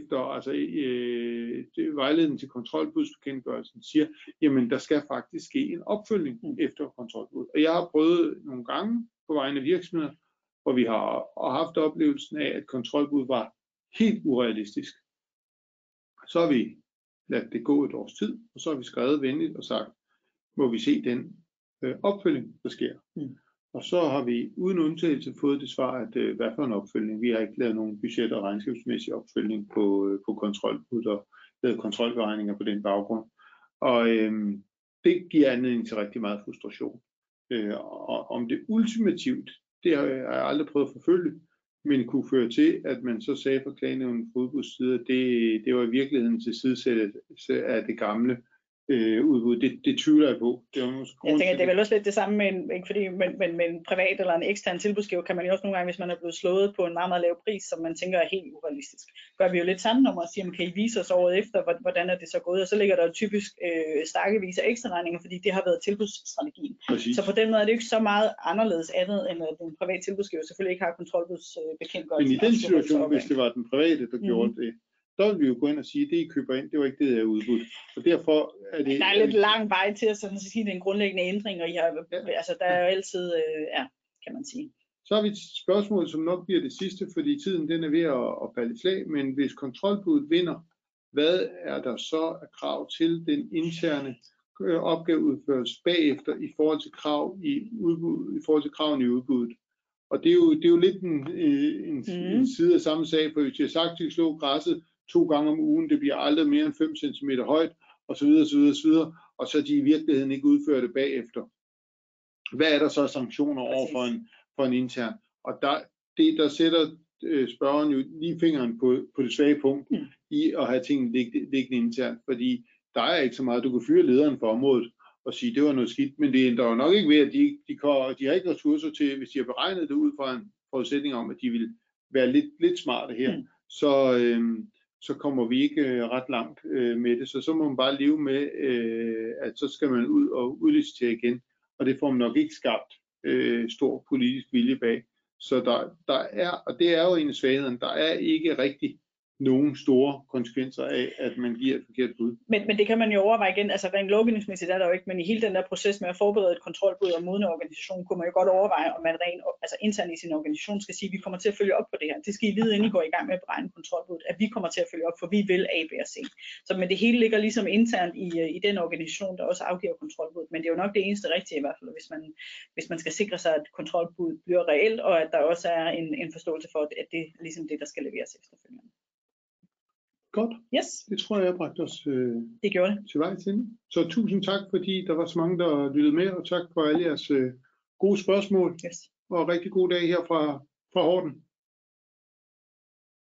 vejledningen til kontrolbudsbekendtgørelsen siger, jamen der skal faktisk ske en opfølgning efter kontrolbud. Og jeg har prøvet nogle gange på vegne af virksomheder, hvor vi har haft oplevelsen af, at kontrolbud var helt urealistisk. Så har vi ladet det gå et års tid, og så har vi skrevet venligt og sagt, må vi se den opfølgning, der sker. Og så har vi uden undtagelse fået det svar, at hvad for en opfølgning? Vi har ikke lavet nogen budget- og regnskabsmæssig opfølgning på kontrolbud og lavet kontrolberegninger på den baggrund. Og det giver anledning til rigtig meget frustration. Og om det ultimativt, det har jeg aldrig prøvet at forfølge, men kunne føre til, at man så sagde fra klagenævnet for udbudssider, det var i virkeligheden til sidesættelse af det gamle udbud. Det tvivler jeg på. Jeg tænker, det er vel også lidt det samme med en privat eller en ekstern tilbudsgiver, kan man jo også nogle gange, hvis man er blevet slået på en meget, meget lav pris, som man tænker er helt urealistisk. Gør vi jo lidt sammen om at sige, kan I vise os året efter, hvordan er det så gået? Og så ligger der typisk stakkevis af ekstra regninger, fordi det har været tilbudsstrategien. Præcis. Så på den måde er det jo ikke så meget anderledes andet, end at en privat tilbudsgiver selvfølgelig ikke har kontrolbudsbekendtgørelsen. Men i den situation, hvis det var den private, der gjorde det, der vil vi jo gå ind og sige, at det I køber ind, det var ikke det, der er udbudt. Og derfor er det... Der er lidt lang vej til at sådan sige, det er en grundlæggende ændring, og altså, der er jo altid, kan man sige. Så har vi et spørgsmål, som nok bliver det sidste, fordi tiden den er ved at falde i slag, men hvis kontrolbuddet vinder, hvad er der så af krav til den interne opgaveudførelse bagefter i forhold til kravene i udbuddet? Og det er jo lidt en side af samme sag, for hvis jeg har sagt, at de slår græsset 2 gange om ugen, det bliver aldrig mere end 5 cm højt, og så videre, og så de i virkeligheden ikke udfører det bagefter. Hvad er der så sanktioner over for en intern? Og der sætter spørgeren jo lige fingeren på det svage punkt i at have tingene liggende internt, fordi der er ikke så meget, du kan fyre lederen for området og sige, det var noget skidt, men det ændrer jo nok ikke ved, at de har ikke ressourcer til, hvis de har beregnet det ud fra en forudsætning om, at de vil være lidt smarte her, så kommer vi ikke ret langt med det. Så må man bare leve med, at så skal man ud og udlicitere igen, og det får man nok ikke skabt stor politisk vilje bag. Så der er, og det er jo en af svaghederne, der er ikke rigtig nogen store konsekvenser af, at man giver et forkert bud. Men det kan man jo overveje igen, altså rent lovgivningsmæssigt er der jo ikke, men i hele den der proces med at forberede et kontrolbud og modne organisation, kunne man jo godt overveje, om man rent internt i sin organisation skal sige, at vi kommer til at følge op på det her. Det skal I vide, inden I går i gang med at beregne kontrolbuddet, at vi kommer til at følge op, for vi vil A, B og C. Så men det hele ligger ligesom internt i den organisation, der også afgiver kontrolbuddet, men det er jo nok det eneste rigtige i hvert fald, hvis man skal sikre sig, at kontrolbuddet bliver reelt, og at der også er en forståelse for, at det er ligesom det, der skal leveres efterfølgende. Godt. Yes, Det tror jeg bragte os det gjorde det. til vej til. Så tusind tak, fordi der var så mange, der lyttede med, og tak for alle jeres gode spørgsmål. Yes. Og rigtig god dag her fra Horten.